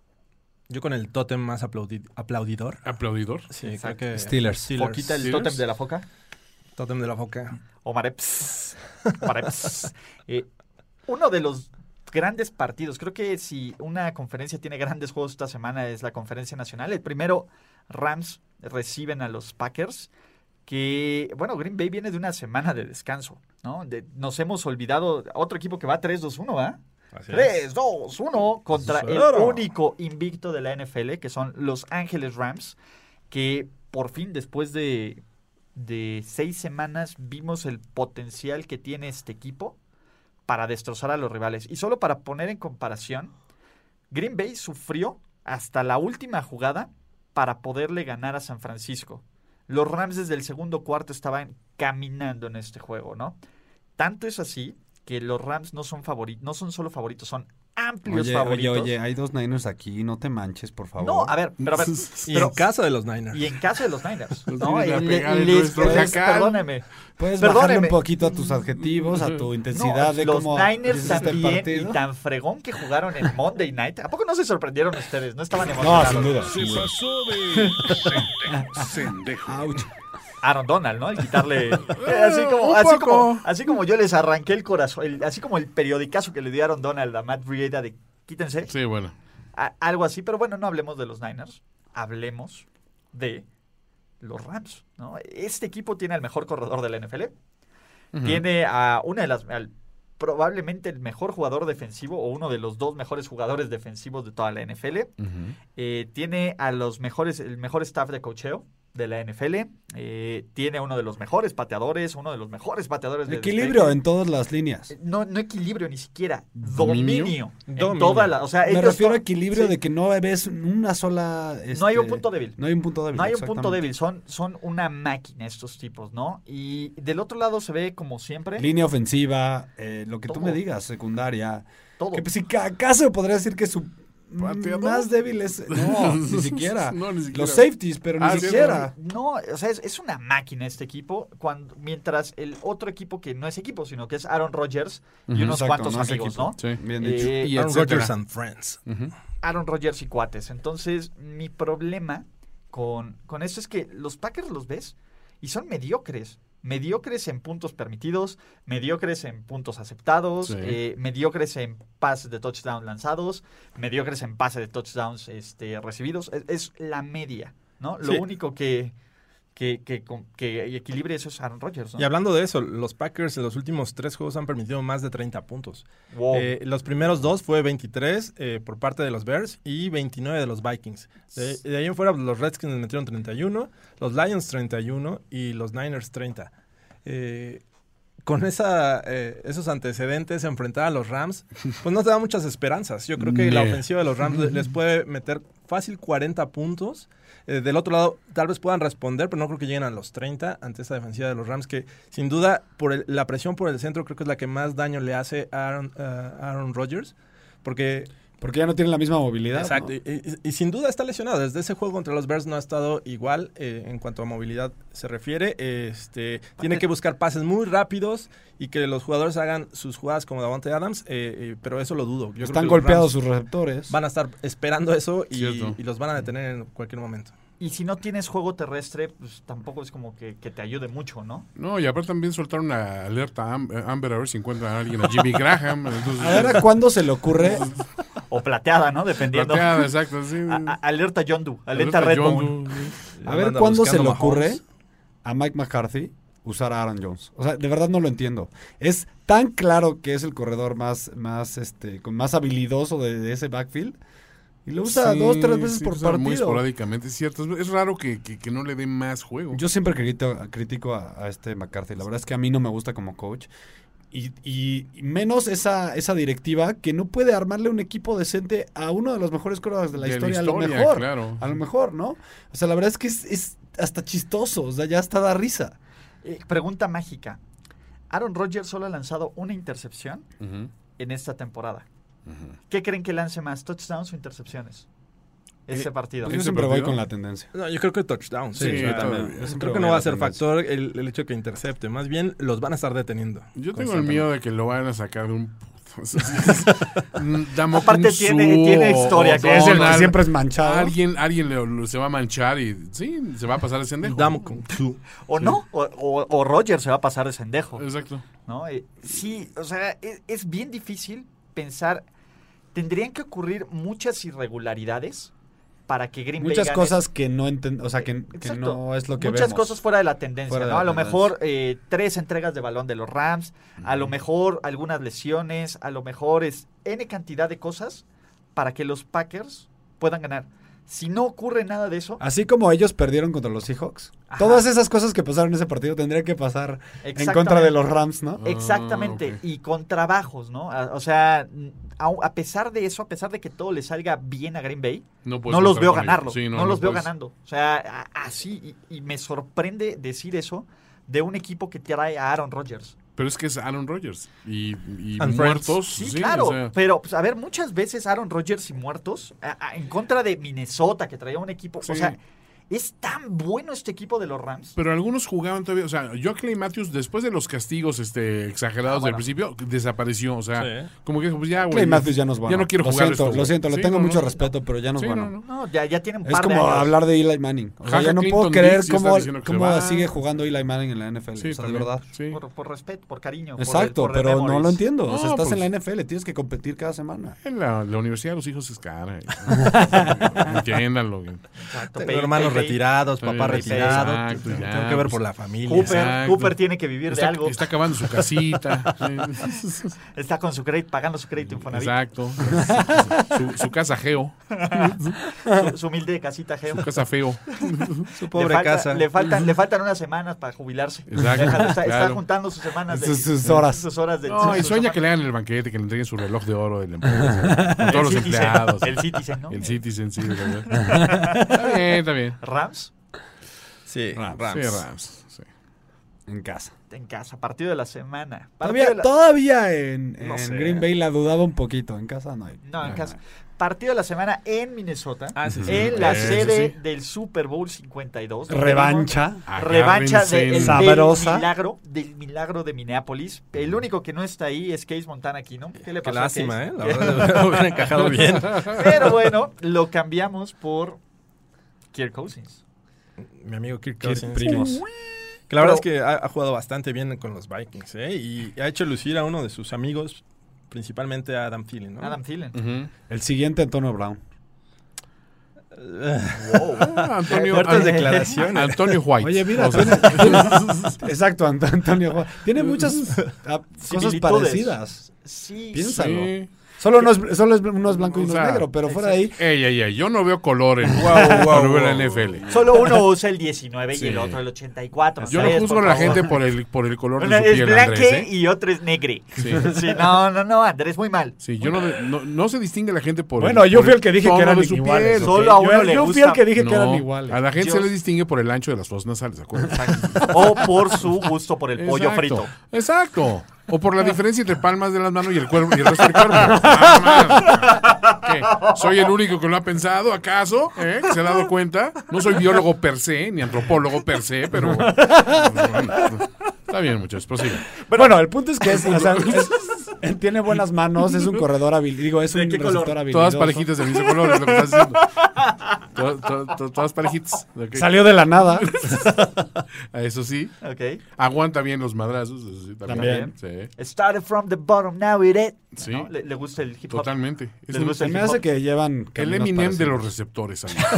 B: Yo con el tótem más aplaudi- aplaudidor.
D: Aplaudidor.
B: Sí,
E: Exacto.
B: creo que...
C: Steelers.
E: Foquita el
D: Steelers.
E: tótem de la foca.
B: Tótem de la foca.
E: Omareps. Omareps. Eh, uno de los grandes partidos, creo que si una conferencia tiene grandes juegos esta semana es la conferencia nacional. El primero, Rams reciben a los Packers, que, bueno, Green Bay viene de una semana de descanso, ¿no? De- nos hemos olvidado, otro equipo que va tres dos uno, ¿va? tres dos uno contra el
B: Cero.
E: único invicto de la N F L, que son Los Ángeles Rams, que por fin después de, de seis semanas vimos el potencial que tiene este equipo para destrozar a los rivales. Y solo para poner en comparación, Green Bay sufrió hasta la última jugada para poderle ganar a San Francisco. Los Rams desde el segundo cuarto estaban caminando en este juego, ¿no? Tanto es así que los Rams no son favoritos, no son solo favoritos, son amplios
C: oye,
E: favoritos.
C: Oye, oye, hay dos Niners aquí, no te manches, por favor.
E: No, a ver, pero a ver.
B: Y
E: pero,
B: en casa de los Niners.
E: Y en casa de los Niners.
D: Nos
E: ¿no?
D: vienen a
E: Y
D: pegar
E: le-
D: en
E: les-
D: nuestro
E: les-
D: jacal.
E: perdóneme.
C: Puedes
E: Perdóneme.
C: bajarle un poquito a tus adjetivos, a tu intensidad
E: No,
C: de
E: los
C: cómo
E: Niners
C: es este
E: también,
C: partido.
E: y tan fregón que jugaron en Monday Night. ¿A poco no se sorprendieron ustedes? No estaban
C: No,
E: emocionados.
C: sin duda.
A: Se pasó de sendejo.
C: Ouch.
E: Aaron Donald, ¿no? El quitarle... así, como,
D: un
E: así,
D: poco.
E: como, así como yo les arranqué el corazón, el- así como el periodicazo que le dio Aaron Donald a Matt Breida de quítense,
D: Sí, bueno.
E: a- algo así. Pero bueno, no hablemos de los Niners, hablemos de los Rams, ¿no? Este equipo tiene al mejor corredor de la N F L, tiene a una de las... al- probablemente el mejor jugador defensivo o uno de los dos mejores jugadores defensivos de toda la N F L.
D: Ujú.
E: Eh, tiene a los mejores, el mejor staff de coacheo de la N F L. Eh, tiene uno de los mejores pateadores, uno de los mejores pateadores de
C: Equilibrio
E: despeje.
C: en todas las líneas.
E: Eh, No, no equilibrio, ni siquiera.
D: ¿Dominio?
E: Dominio. En
B: Dominio.
E: toda la, o sea,
C: Me
E: ellos
C: refiero a
E: son-
C: equilibrio
E: sí,
C: de que no ves una sola...
E: No hay un
C: este,
E: punto débil.
C: No hay un punto débil.
E: No hay un punto
C: exactamente.
E: débil, son, son una máquina estos tipos, ¿no? Y del otro lado se ve como siempre
C: Línea ofensiva, eh, lo que tú
E: Todo.
C: me digas, secundaria.
E: todo.
C: Que pues, si ca- acaso podría decir que su
D: ¿Pateador?
C: más débil es... No, ni siquiera.
D: No, ni siquiera.
C: Los safeties, pero
D: Ah,
C: ni
D: sí,
C: siquiera.
E: No, o sea, es, es una máquina este equipo, cuando, mientras el otro equipo que no es equipo, sino que es Aaron Rodgers y
D: Ujú,
E: unos
C: exacto,
E: cuantos
C: no es
E: amigos,
C: equipo.
E: ¿no?
D: Sí.
C: Bien dicho.
E: Eh,
D: Y
B: Aaron
D: etcétera.
B: Rodgers and Friends.
D: Ujú.
E: Aaron Rodgers y cuates. Entonces, mi problema con, con esto es que los Packers los ves y son mediocres. Mediocres en puntos permitidos, mediocres en puntos aceptados,
D: Sí.
E: eh, mediocres en pases de touchdown lanzados, mediocres en pases de touchdowns este, recibidos. Es, es la media, ¿no? Lo
B: Sí.
E: único que, que, que, con- que equilibre eso es Aaron Rodgers, ¿no?
B: Y hablando de eso, los Packers en los últimos tres juegos han permitido más de treinta puntos.
E: Wow.
B: Eh, los primeros dos fue veintitrés eh, por parte de los Bears y veintinueve de los Vikings. De, de ahí en fuera los Redskins metieron treinta y uno, los Lions treinta y uno y los Niners treinta. Eh, con esa, eh, esos antecedentes, enfrentar a los Rams, pues no te da muchas esperanzas. Yo creo que la
D: Nee.
B: ofensiva de los Rams le- les puede meter fácil cuarenta puntos. Eh, del otro lado, tal vez puedan responder, pero no creo que lleguen a los treinta ante esta defensiva de los Rams, que sin duda por el- la presión por el centro creo que es la que más daño le hace a Aaron, a Aaron Rodgers, porque
C: Porque ya no tienen la misma movilidad.
B: exacto,
C: ¿no?
B: y, y- y sin duda está lesionado. Desde ese juego contra los Bears no ha estado igual eh, en cuanto a movilidad se refiere. Este, tiene que buscar pases muy rápidos y que los jugadores hagan sus jugadas como Davante Adams, eh, eh, pero eso lo dudo. Yo creo
C: Están
B: que los
C: golpeados
B: Rams
C: sus receptores.
B: van a estar esperando eso y,
D: Cierto.
B: y los van a detener en cualquier momento.
E: Y si no tienes juego terrestre, pues tampoco es como que, que te ayude mucho, ¿no?
D: No, y aparte también soltaron una alerta a Am- Amber a ver si encuentran a alguien, a Jimmy Graham. Entonces,
C: A ver a cuándo se le ocurre.
E: O plateada, ¿no? Dependiendo.
D: plateada, exacto, sí.
E: A- a- alerta John Doe, alerta,
D: Alerta
E: Redbone.
D: John Doe, sí.
C: A ver
B: Anda
C: cuándo se
B: buscando
C: le
B: Mahomes.
C: ocurre a Mike McCarthy usar a Aaron Jones. O sea, de verdad no lo entiendo. Es tan claro que es el corredor más, más, este, con más habilidoso de, de ese backfield. Y lo usa
D: Sí,
C: dos, tres veces
D: sí,
C: por
D: usa Muy
C: partido.
D: esporádicamente, es cierto. Es, es raro que, que, que no le dé más juego.
C: Yo siempre critico, critico a, a este McCarthy. La verdad es que a mí no me gusta como coach. Y, y menos esa, esa directiva que no puede armarle un equipo decente a uno de los mejores quarterbacks de la
D: De
C: historia. a lo
D: historia,
C: mejor.
D: claro.
C: A lo mejor, ¿no? O sea, la verdad es que es, es hasta chistoso. O sea, ya hasta da risa.
E: Eh, pregunta mágica. Aaron Rodgers solo ha lanzado una intercepción
D: Ujú,
E: en esta temporada.
D: ujú.
E: ¿Qué creen que lance más, touchdowns o intercepciones? Ese
B: Eh,
E: partido.
C: Pues yo
D: ¿Ese
C: siempre voy
D: partido?
C: con la tendencia.
B: No, yo creo que touchdown. Sí,
D: Sí,
B: yo
D: yo
B: también.
D: también.
C: Yo siempre
B: Creo que
C: voy
B: no
C: a
B: va
C: la
B: a ser
C: tendencia.
B: factor el, el hecho que intercepte. Más bien los van a estar deteniendo.
D: Yo tengo el
C: Constantemente.
D: miedo de que lo vayan a sacar de un... Damo
E: Aparte
D: Kung
E: tiene-
D: Su
E: tiene
D: o-
E: historia
D: o
E: con-
C: Es el que
D: al-
C: siempre es manchado.
D: Alguien, alguien le- lo- se va a manchar y sí, se va a pasar el sendejo.
B: Damo Kung Su.
E: O no, o, o, o Rodgers se va a pasar de sendejo.
D: Exacto.
E: ¿No? Eh, sí, o sea, es, es bien difícil pensar. Tendrían que ocurrir muchas irregularidades para que Green Bay
C: Muchas
E: gane.
C: cosas que no enten, o sea, que, que
E: Exacto.
C: no es lo que
E: Muchas
C: vemos.
E: cosas fuera de la tendencia,
C: Fuera de
E: ¿no?
C: la
E: A lo
C: tendencia.
E: mejor eh, tres entregas de balón de los Rams, a lo mejor algunas lesiones, a lo mejor es N cantidad de cosas para que los Packers puedan ganar. Si no ocurre nada de eso...
C: Así como ellos perdieron contra los Seahawks, Ajá. todas esas cosas que pasaron en ese partido tendrían que pasar en contra de los Rams, ¿no?
E: Exactamente,
D: Ah, okay.
E: y con trabajos, ¿no? O sea, a, a pesar de eso, a pesar de que todo le salga bien a Green Bay,
D: No,
E: no los veo
D: con
E: ganarlo,
D: sí,
E: no,
D: no,
E: no los
D: no
E: veo
D: puedes.
E: ganando. O sea, a, así, y, y me sorprende decir eso de un equipo que trae a Aaron Rodgers.
D: Pero es que es Aaron Rodgers. Y, y
B: And
D: muertos.
E: Sí,
D: sí,
E: claro,
D: o sea,
E: pero pues, a ver, muchas veces Aaron Rodgers y muertos a, a, en contra de Minnesota, que traía un equipo,
D: Sí.
E: o sea, es tan bueno este equipo de los Rams.
D: Pero algunos jugaban todavía, o sea, Joaquin Matthews después de los castigos este exagerados
E: Ah, bueno.
D: del principio desapareció, o sea,
B: Sí.
D: como que pues ya güey.
C: Clay Matthews ya no es bueno.
D: Ya no quiero
C: lo
D: jugar
C: siento,
D: esto,
C: lo
D: güey.
C: siento, le
D: Sí,
C: tengo
D: no,
C: mucho
D: no.
C: respeto, pero ya no es
D: Sí,
C: bueno.
D: no, no.
E: No, ya, ya tiene un
C: Es
E: par de
C: como
E: años.
C: hablar de Eli Manning. O sea,
D: Jaja
C: ya no
D: Clinton
C: puedo creer
D: Dix ya está
C: cómo,
D: diciendo que se
C: cómo
D: va.
C: sigue jugando Eli Manning en la N F L.
D: Sí,
C: o sea, de
D: también,
C: verdad.
D: sí.
E: Por, por respeto, por cariño.
C: Exacto,
E: por el- por el
C: pero no
E: memories.
C: lo entiendo. O sea,
D: No,
C: estás
D: pues-
C: en la N F L, tienes que competir cada semana.
D: En la, la universidad de los hijos es cara. Entiéndanlo. güey.
E: Exacto,
B: Tengo
E: Pey-
B: hermanos
E: Pey-
B: retirados, papá
D: Sí,
B: retirado.
D: exacto,
B: tengo
D: ya,
B: tengo que ver
D: pues,
B: por la familia.
E: Cooper,
D: Exacto.
E: Cooper tiene que vivir de
D: Está,
E: algo.
D: está acabando su casita. Sí.
E: Está con su crédito, pagando su crédito Infonavit.
D: Exacto. Su, su casa geo.
E: Su, su humilde casita geo.
D: Su casa feo.
B: Su pobre
E: le falta-
B: casa.
E: Le faltan, le faltan unas semanas para jubilarse.
D: Exacto,
E: Déjalo, está, está
D: claro.
E: juntando sus semanas. De,
C: Sus- sus horas.
E: Sus horas de,
D: No, y
E: sus
D: sueña
E: semanas.
D: que le hagan el banquete, que le entreguen su reloj de oro de la empresa. Con todos los
E: El Citizen,
D: empleados.
E: El Citizen, ¿no?
D: El Citizen, sí. de verdad. Está bien, está bien.
E: Rams
B: Sí,
C: Rams.
B: Rams.
D: Sí, Rams. Sí.
C: En casa.
E: en casa, partido de la semana. Partido
C: Todavía,
E: de la-
C: todavía en,
E: No
C: en
E: sé.
C: Green Bay la dudaba un poquito. En casa no hay.
E: No, en
C: no,
E: casa.
C: no.
E: Partido de la semana en Minnesota.
B: Ah, sí, sí.
E: En la
D: Eso
E: sede
D: sí.
E: del Super Bowl cincuenta y dos.
C: Revancha.
E: Revancha de, el- del
C: Sabrosa.
E: milagro, del milagro de Minneapolis. El único que no está ahí es Case Montana aquí, ¿no? ¿Qué le
B: Qué
E: pasó a
B: lástima,
E: Case?
B: ¿eh? La verdad, hubiera encajado bien.
E: Pero bueno, lo cambiamos por Kirk Cousins.
B: Mi amigo Kirk
C: Kirk
B: Cousins.
C: primos.
B: Que la verdad
E: Pero-
B: es que ha, ha jugado bastante bien con los Vikings, ¿eh? Y ha hecho lucir a uno de sus amigos, principalmente a Adam Thielen, ¿no?
E: Adam Thielen.
D: Ujú.
C: El siguiente, Antonio Brown.
D: Ah, Antonio,
B: Fuertes
D: An-
B: declaraciones.
D: Antonio White.
C: Oye, mira,
D: O sea,
C: tiene- exacto, Ant- Antonio Juan. Tiene muchas ah, cosas
E: Similitudes.
C: parecidas.
E: Sí,
C: Piénsalo.
D: sí.
C: Solo uno es, solo es, uno es blanco y
D: O
C: uno
D: sea,
C: es negro, pero fuera de ahí.
D: Ey, ey, ey, yo no veo color en,
B: Wow, wow,
D: cuando veo la
B: wow.
D: N F L.
E: Solo uno usa el diecinueve
D: Sí.
E: y el otro el ochenta y cuatro.
D: Yo no
E: ¿sabes?
D: juzgo
E: Por
D: a la
E: favor.
D: gente por el, por el color
E: Una
D: de su
E: es
D: piel,
E: blanque
D: Andrés, ¿eh?
E: y otro es negre.
D: Sí.
E: Sí, no, no, no, Andrés, muy mal.
D: Sí, yo no, no, no se distingue la gente por
C: Bueno,
D: el,
C: yo
D: por
C: fui el que dije
D: tono
C: que eran
D: de su
C: iguales.
D: piel.
C: ¿ok?
E: Solo a uno
C: yo
E: le
C: yo fui
E: gusta-
C: el que dije que eran
D: No,
C: iguales.
D: a la gente
E: Yo-
D: se le distingue por el ancho de las fosas nasales, ¿de acuerdo?
E: O por su gusto por el pollo
D: Exacto,
E: frito.
D: Exacto. O por la diferencia entre palmas de las manos y el cuerpo y el resto del cuerpo. Nada más. ¿Qué? ¿Soy el único que lo ha pensado, acaso? ¿Eh? ¿Que se ha dado cuenta? No soy biólogo per se, ni antropólogo per se, pero... Está bien, muchachos, prosigan.
C: Bueno, el punto es que es, o sea, es- tiene buenas manos, es un corredor hábil. Digo, es
E: ¿De
C: un
E: qué color?
C: receptor habilidoso.
D: Todas parejitas del mismo color, es lo que estás diciendo. To- to- to- Todas parejitas. Ok.
C: Salió de la nada.
D: Eso sí.
E: Ok.
D: Aguanta bien los madrazos. Eso sí, también.
C: También.
D: Sí,
E: Started from the bottom, now it is.
D: Sí.
E: ¿No? ¿Le, le gusta el hip hop?
D: totalmente. Es
E: ¿Les
D: un-
E: gusta
C: Se me hace que llevan
D: el
C: caminos
D: Eminem de
C: parecidos.
D: los receptores, amigos.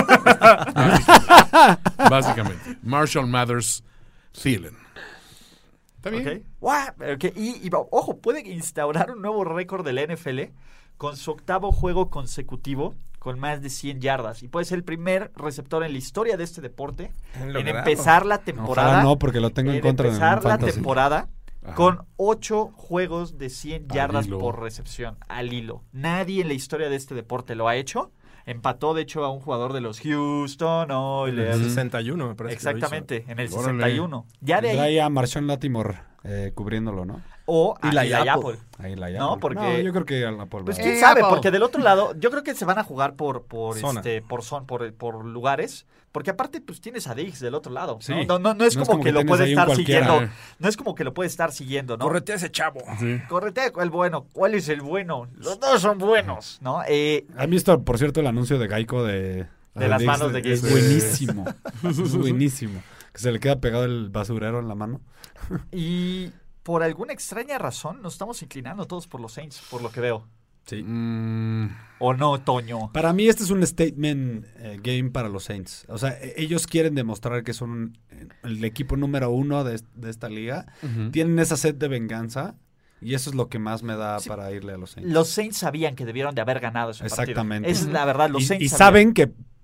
D: Básicamente. Marshall Mathers Thielen. ¿Está bien?
E: Ok. Guau, ok, Y, y, ojo, puede instaurar un nuevo récord de la N F L con su octavo juego consecutivo con más de cien yardas. Y puede ser el primer receptor en la historia de este deporte
B: En
E: en
B: lograrlo.
E: empezar la temporada.
C: Ojalá no, porque lo tengo en
E: en
C: contra de
E: empezar la
C: fantasy.
E: temporada
D: Ajá.
E: con ocho juegos de cien
D: Al
E: yardas
D: hilo.
E: por recepción al hilo. Nadie en la historia de este deporte lo ha hecho. Empató, de hecho, a un jugador de los Houston
B: En
E: Oilers.
B: el sesenta y uno, me parece. que lo hizo.
E: Exactamente, en el
D: Órale.
E: sesenta y uno. Ya de ahí,
C: Trae a Marshawn Latimore eh, cubriéndolo, ¿no?
E: o a
B: Eli
E: Eli
B: Apple.
E: Apple.
C: Ahí la
E: No,
C: llaman.
E: porque-
C: No, yo creo que a la polva.
E: Pues
D: Eh,
E: quién sabe,
D: Apple.
E: porque del otro lado, yo creo que se van a jugar por por
B: Zona.
E: este por son por, por lugares, porque aparte pues tienes a Diggs del otro lado, ¿no?
C: Sí.
E: No, no, no es
C: No es
E: como,
C: como
E: que,
C: que
E: lo
C: tienes
E: puede
C: ahí un
E: estar
C: cualquiera.
E: siguiendo, no es como que lo puede estar siguiendo, ¿no?
B: Correte a ese chavo.
D: Sí.
E: Correte el bueno, ¿cuál es el bueno? Los dos son buenos, ¿no? Eh,
C: ¿Han visto, por cierto, el anuncio de Geico de...
E: De las
C: Dix?
E: manos de
C: Es
E: Geico.
C: buenísimo. Es buenísimo. Que se le queda pegado el basurero en la mano.
E: y por alguna extraña razón nos estamos inclinando todos por los Saints, por lo que veo.
C: Sí.
D: Mm,
E: ¿O no, Toño?
C: Para mí este es un statement eh, game para los Saints. O sea, e- ellos quieren demostrar que son eh, el equipo número uno de, est- de esta liga.
D: ujú.
C: Tienen esa sed de venganza y eso es lo que más me da
E: Sí.
C: para irle a los Saints.
E: Los Saints sabían que debieron de haber ganado ese partido.
C: Exactamente.
E: Esa es la verdad, los
C: y,
E: Saints
C: y
E: sabían.
C: saben que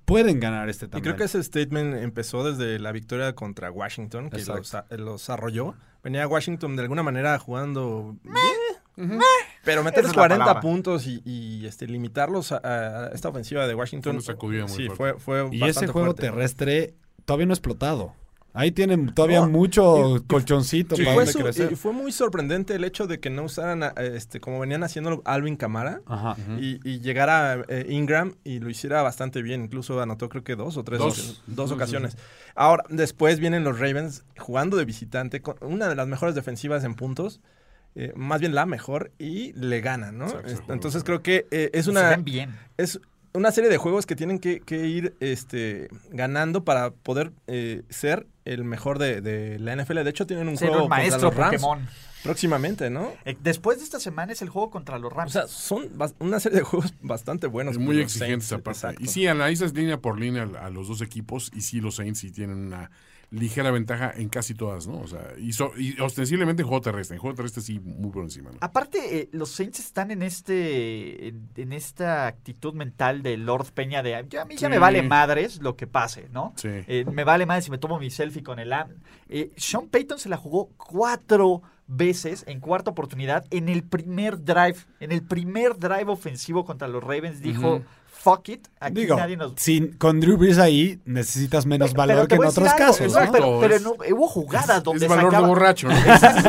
C: pueden ganar este también.
B: Y creo que ese statement empezó desde la victoria contra Washington, que los, los arrolló. Venía Washington de alguna manera jugando bien, uh-huh. pero meterles cuarenta puntos y, y este, limitarlos a, a esta ofensiva de Washington.
D: Fue muy
B: sí,
D: fuerte.
B: fue, fue
C: y
B: bastante
C: ese juego
B: fuerte.
C: terrestre todavía no ha explotado. Ahí tienen todavía
B: no,
C: mucho
B: y,
C: colchoncito
B: y
C: para
B: fue
C: donde
B: su,
C: crecer.
B: y fue muy sorprendente el hecho de que no usaran, a, este, como venían haciendo Alvin Kamara,
C: Ajá.
B: uh-huh. y, y llegara eh, Ingram y lo hiciera bastante bien. Incluso anotó creo que dos o tres
D: dos,
B: dos, dos ocasiones. Ahora, después vienen los Ravens jugando de visitante, con una de las mejores defensivas en puntos. Eh, más bien la mejor, y le ganan, ¿no? Exacto, Entonces creo que eh, es una...
E: Se ven bien.
B: Es una serie de juegos que tienen que, que ir este, ganando para poder eh, ser el mejor de, de la N F L. De hecho, tienen un
E: ser
B: juego
E: un maestro
B: contra los Rams
E: Pokémon.
B: Próximamente, ¿no?
E: Eh, después de esta semana es el juego contra los Rams.
B: O sea, son una serie de juegos bastante buenos.
D: Es muy exigentes aparte.
B: Exacto.
D: Y sí, analizas línea por línea a, a los dos equipos, y sí, los Saints sí tienen una ligera ventaja en casi todas, ¿no? O sea, y, so, y ostensiblemente en juego terrestre. En juego terrestre sí, muy por encima, ¿no?
E: Aparte, eh, los Saints están en este en, en esta actitud mental de Lord Peña de, yo, a mí ya
D: sí.
E: me vale madres lo que pase, ¿no?
D: Sí.
E: Eh, me vale madres si me tomo mi selfie con el A M. Eh, Sean Payton se la jugó cuatro veces en cuarta oportunidad en el primer drive, en el primer drive ofensivo contra los Ravens, dijo... Uh-huh. Fuck it, aquí
C: Digo,
E: nadie nos...
C: sin, con Drew Brees ahí necesitas menos
E: pero,
C: valor
E: pero
C: que en otros casos,
E: no,
C: ¿no?
E: Pero, pero no, hubo jugadas
D: es,
E: donde
D: es valor
E: sacaba...
D: de borracho, ¿no?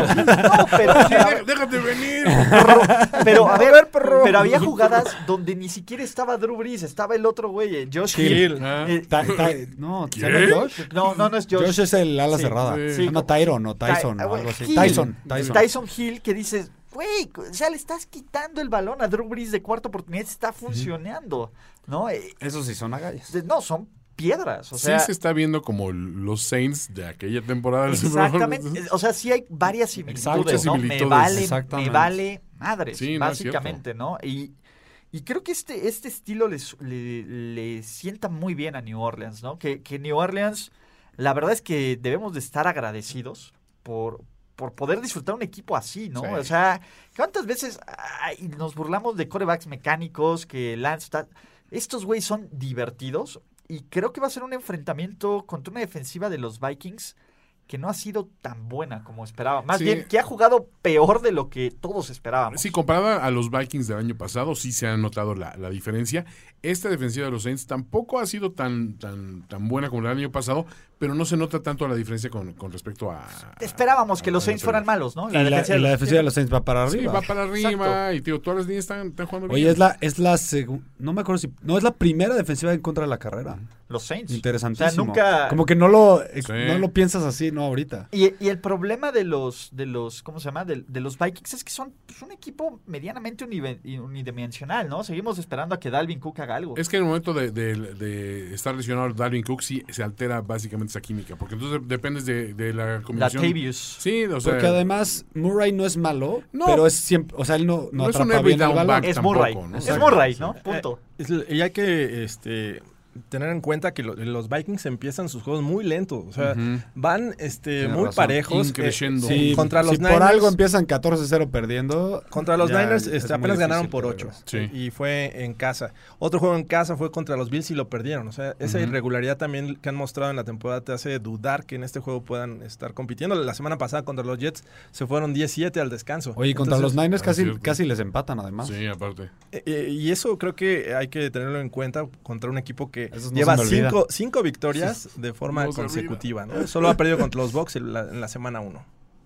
E: no, pero...
D: Sí, déjate venir.
E: Pero, a ver, perro. Pero había jugadas donde ni siquiera estaba Drew Brees, estaba el otro güey, Josh Hill.
B: Hill.
C: Ah. Eh, ta, ta, no, ¿se llama Josh?
E: No, no, no es Josh.
C: Josh es el ala
E: sí,
C: cerrada.
E: Sí.
C: Se llama Tyron o Tyson
E: Ty,
C: o algo así.
E: Hill.
C: Tyson, Tyson.
E: Tyson Hill, que dices... Güey, o sea, le estás quitando el balón a Drew Brees de cuarta oportunidad, está funcionando, ¿no?
C: Esos sí son agallas.
E: No, son piedras, o sea...
D: Sí se está viendo como los Saints de aquella temporada.
E: Exactamente, o sea, sí hay varias similitudes,
D: Exacto,
E: ¿no?
D: similitudes.
E: Me vale, me vale madres,
D: sí,
E: básicamente,
D: no,
E: ¿no? Y, y creo que este, este estilo les, le, le sienta muy bien a New Orleans, ¿no? Que, que New Orleans, la verdad es que debemos de estar agradecidos por... por poder disfrutar un equipo así, ¿no? Sí. O sea, ¿cuántas veces ay, nos burlamos de quarterbacks mecánicos, que Lance está... Estos güeyes son divertidos y creo que va a ser un enfrentamiento contra una defensiva de los Vikings que no ha sido tan buena como esperaba. Más sí. bien, que ha jugado peor de lo que todos esperábamos.
D: Sí, comparada a los Vikings del año pasado, sí se ha notado la, la diferencia. Esta defensiva de los Saints tampoco ha sido tan, tan, tan buena como el año pasado, pero no se nota tanto la diferencia con, con respecto a...
E: Esperábamos
D: a,
E: que los Saints fueran malos, ¿no?
C: La y, defensa la, y la defensiva de los Saints va para arriba.
D: Sí, va para arriba. Exacto. Y tío, todas las líneas están, están jugando bien.
C: Oye, es la, es la segunda... No me acuerdo si... No, es la primera defensiva en contra de la carrera.
E: Los Saints.
C: Interesantísimo.
E: O sea, nunca...
C: Como que no lo,
D: sí.
C: no lo piensas así, ¿no? Ahorita.
E: Y, y el problema de los, de los ¿cómo se llama? De, de los Vikings es que son pues, un equipo medianamente unidimensional, ¿no? Seguimos esperando a que Dalvin Cook haga algo.
D: Es que en el momento de, de, de estar lesionado Dalvin Cook sí se altera básicamente esa química, porque entonces dependes de, de la combinación.
E: Latavius.
D: Sí, o sea...
C: Porque además Murray no es malo,
D: no,
C: pero es siempre... O sea, él no, no,
D: no
C: atrapa
D: es un
C: bien el balón.
E: Es
D: tampoco,
E: Murray.
D: ¿no?
E: Es
D: Sí,
E: Murray,
D: sí.
E: ¿no? Punto.
B: Eh, es, y hay que... este tener en cuenta que lo, los Vikings empiezan sus juegos muy lentos, o sea, uh-huh. van este muy razón. parejos
D: eh,
C: sí,
B: contra los
C: si
B: Niners.
C: Por algo empiezan catorce cero perdiendo.
B: Contra los
C: ya,
B: Niners este, apenas ganaron por ocho
D: sí.
B: y fue en casa. Otro juego en casa fue contra los Bills y lo perdieron, o sea, esa uh-huh. irregularidad también que han mostrado en la temporada te hace dudar que en este juego puedan estar compitiendo. La semana pasada contra los Jets se fueron diez siete al descanso.
C: Oye, contra Entonces, los Niners casi, casi les empatan además.
D: Sí, aparte.
B: Eh, y eso creo que hay que tenerlo en cuenta contra un equipo que
C: no
B: lleva cinco Cinco, cinco victorias de forma
D: no
B: consecutiva, ¿no? Solo ha perdido contra los Bucs en la, en la semana uno.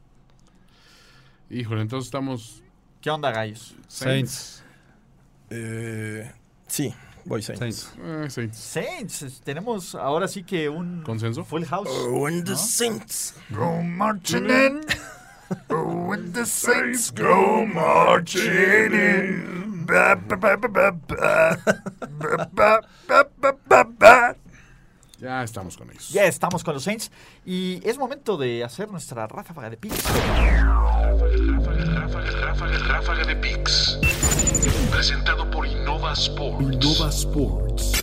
D: Híjole, entonces estamos...
E: ¿Qué onda, gallos?
C: Saints.
B: Eh, sí, voy Saints.
C: Saints.
D: Eh, Saints.
E: Saints. Tenemos ahora sí que un...
D: ¿Consenso?
E: Full house.
B: Oh, when the
E: ¿no?
B: Saints
E: go marching in. Oh, when the Saints go marching in. Ba, ba, ba, ba, ba, ba, ba, ba, ba, ba, ba.
D: Ya estamos con ellos.
E: Ya estamos con los Saints y es momento de hacer nuestra ráfaga de picks.
A: Ráfaga, ráfaga, ráfaga, ráfaga de picks. Presentado por Innova Sports. Innova Sports.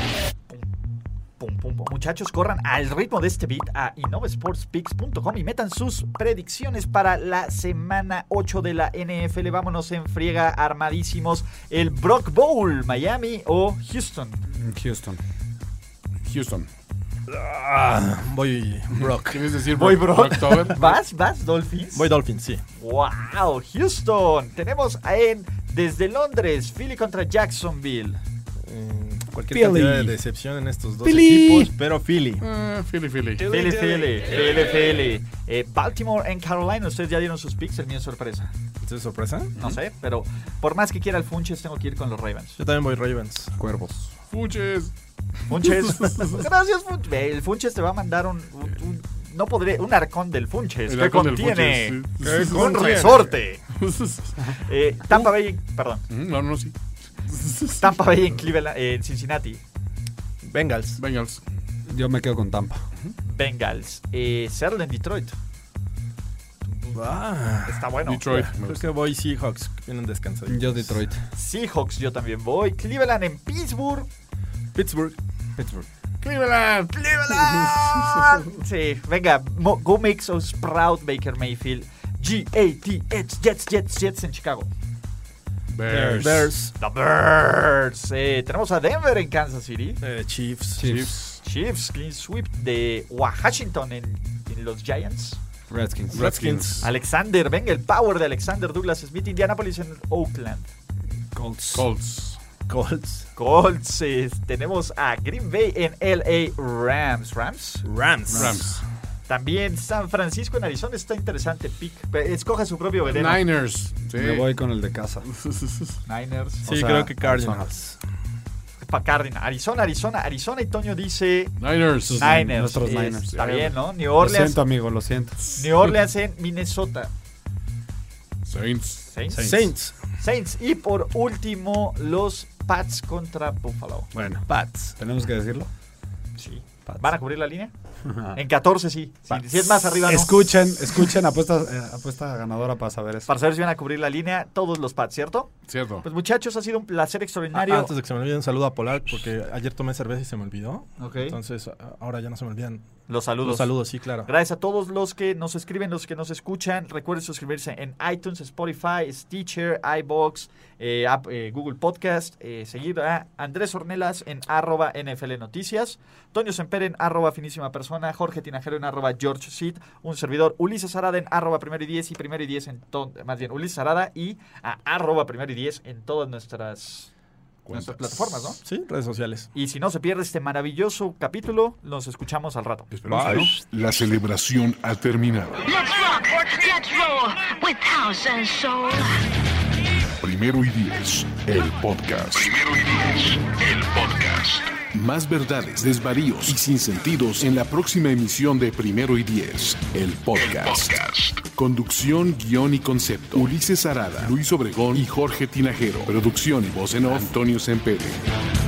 E: Pum, pum, pum. Muchachos, corran al ritmo de este beat a innova sports picks punto com y metan sus predicciones para la semana ocho de la N F L. Vámonos en friega, armadísimos. El Brock Bowl, Miami o Houston.
C: Houston.
D: Houston.
B: Ah, voy Brock.
D: ¿Quieres decir
E: Voy,
D: Brock,
E: bro.
D: Brock Tober?
E: ¿Vas? ¿Vas, Dolphins?
B: Voy Dolphins, sí.
E: ¡Wow! Houston. Tenemos en desde Londres, Philly contra Jacksonville.
B: Mm, cualquier
C: Philly.
B: cantidad de decepción en estos dos
C: Philly.
B: equipos, pero Philly.
D: Ah, Philly, Philly.
E: Philly, Philly, Philly, Philly. Eh, Baltimore en Carolina. Ustedes ya dieron sus picks, el mío es sorpresa.
B: ¿Es sorpresa?
E: No sé, pero por más que quiera el Funches, tengo que ir con los Ravens.
B: Yo también voy Ravens.
C: Cuervos.
D: Fuches.
E: Funches. Gracias, Funches. El Funches te va a mandar un, un- un- no podré, un arcón del Funches
D: El
E: que
D: arcón del
E: contiene
D: Funches, sí.
E: un resorte. Eh, Tampa Bay, perdón.
D: No, no, sí.
E: Tampa Bay en Cleveland, eh, en Cincinnati.
B: Bengals.
D: Bengals.
C: Yo me quedo con Tampa.
E: Bengals. Eh, Seattle en Detroit.
B: Ah,
E: Está bueno.
D: Detroit. me
B: creo
D: gusta.
B: que voy Seahawks. Vienen descansaditos.
C: Yo Detroit.
E: Seahawks yo también voy. Cleveland en Pittsburgh.
B: Pittsburgh.
C: Pittsburgh.
D: Cleveland.
E: ¡Cleveland! Sí, venga, mo- go make so sprout Baker Mayfield. G A T H, Jets, Jets, Jets en Chicago.
D: Bears.
B: Bears.
E: The Birds. Eh, tenemos a Denver en Kansas City.
B: Eh, Chiefs.
C: Chiefs.
E: Chiefs, clean sweep de Washington en, en los Giants.
C: Redskins.
B: Redskins.
E: Alexander, venga, el power de Alexander Douglas Smith, Indianapolis en Oakland.
C: Colts.
D: Colts.
B: Colts.
E: Colts, eh, tenemos a Green Bay en L A Rams. Rams.
B: Rams.
D: Rams.
E: También San Francisco en Arizona está interesante pick. Pe- Escoja su propio veneno.
D: Niners. Sí.
C: Me voy con el de casa.
E: Niners.
B: Sí,
C: O sea,
B: creo que Cardinals.
E: Pa Cardinals. Arizona, Arizona, Arizona y Toño dice
D: Niners.
C: Sus
E: Niners.
C: nuestros
E: Es-
C: Niners.
E: Está bien, ¿no? New
C: Lo
E: Orleans.
C: siento, amigo, lo siento.
E: New Orleans en Minnesota.
D: Saints.
E: Saints.
C: Saints.
B: Saints.
E: Saints. Y por último, los Pats contra Buffalo.
C: Bueno,
B: Pats.
C: tenemos que decirlo.
E: Sí.
C: Pats.
E: ¿Van a cubrir la línea? En catorce sí. Si, si es más arriba, no.
C: Escuchen, escuchen, apuesta, eh, apuesta ganadora para saber eso.
E: Para saber si van a cubrir la línea, todos los Pats, ¿cierto?
D: Cierto.
E: Pues muchachos, ha sido un placer
B: Ah,
E: extraordinario.
B: antes de que se me olvide, un saludo a Polar, porque ayer tomé cerveza y se me olvidó.
E: Ok.
B: Entonces, a- ahora ya no se me olvidan.
E: Los saludos.
B: Los saludos, sí, claro.
E: Gracias a todos los que nos escriben, los que nos escuchan. Recuerden suscribirse en iTunes, Spotify, Stitcher, iVoox, eh, app, eh, Google Podcast. Eh, seguir a Andrés Ornelas en arroba N F L Noticias. Toño Semper en arroba Finísima Persona. Jorge Tinajero en arroba George Seed. Un servidor Ulises Arada en arroba Primero y Diez. Y Primero y Diez en todo, más bien Ulises Arada y a arroba Primero y Diez en todas nuestras, nuestras plataformas, ¿no?
B: Sí, redes sociales.
E: Y si no se pierde este maravilloso capítulo, nos escuchamos al rato.
D: Esperemos que no.
A: La celebración ha terminado.
F: Let's rock, let's roll with house and soul.
A: Primero y Diez, el podcast. Primero y Diez, el podcast. Más verdades, desvaríos y sinsentidos en la próxima emisión de Primero y Diez, el podcast. Conducción, guión y concepto. Ulises Arada, Luis Obregón y Jorge Tinajero. Producción y voz en off, Antonio Sempere.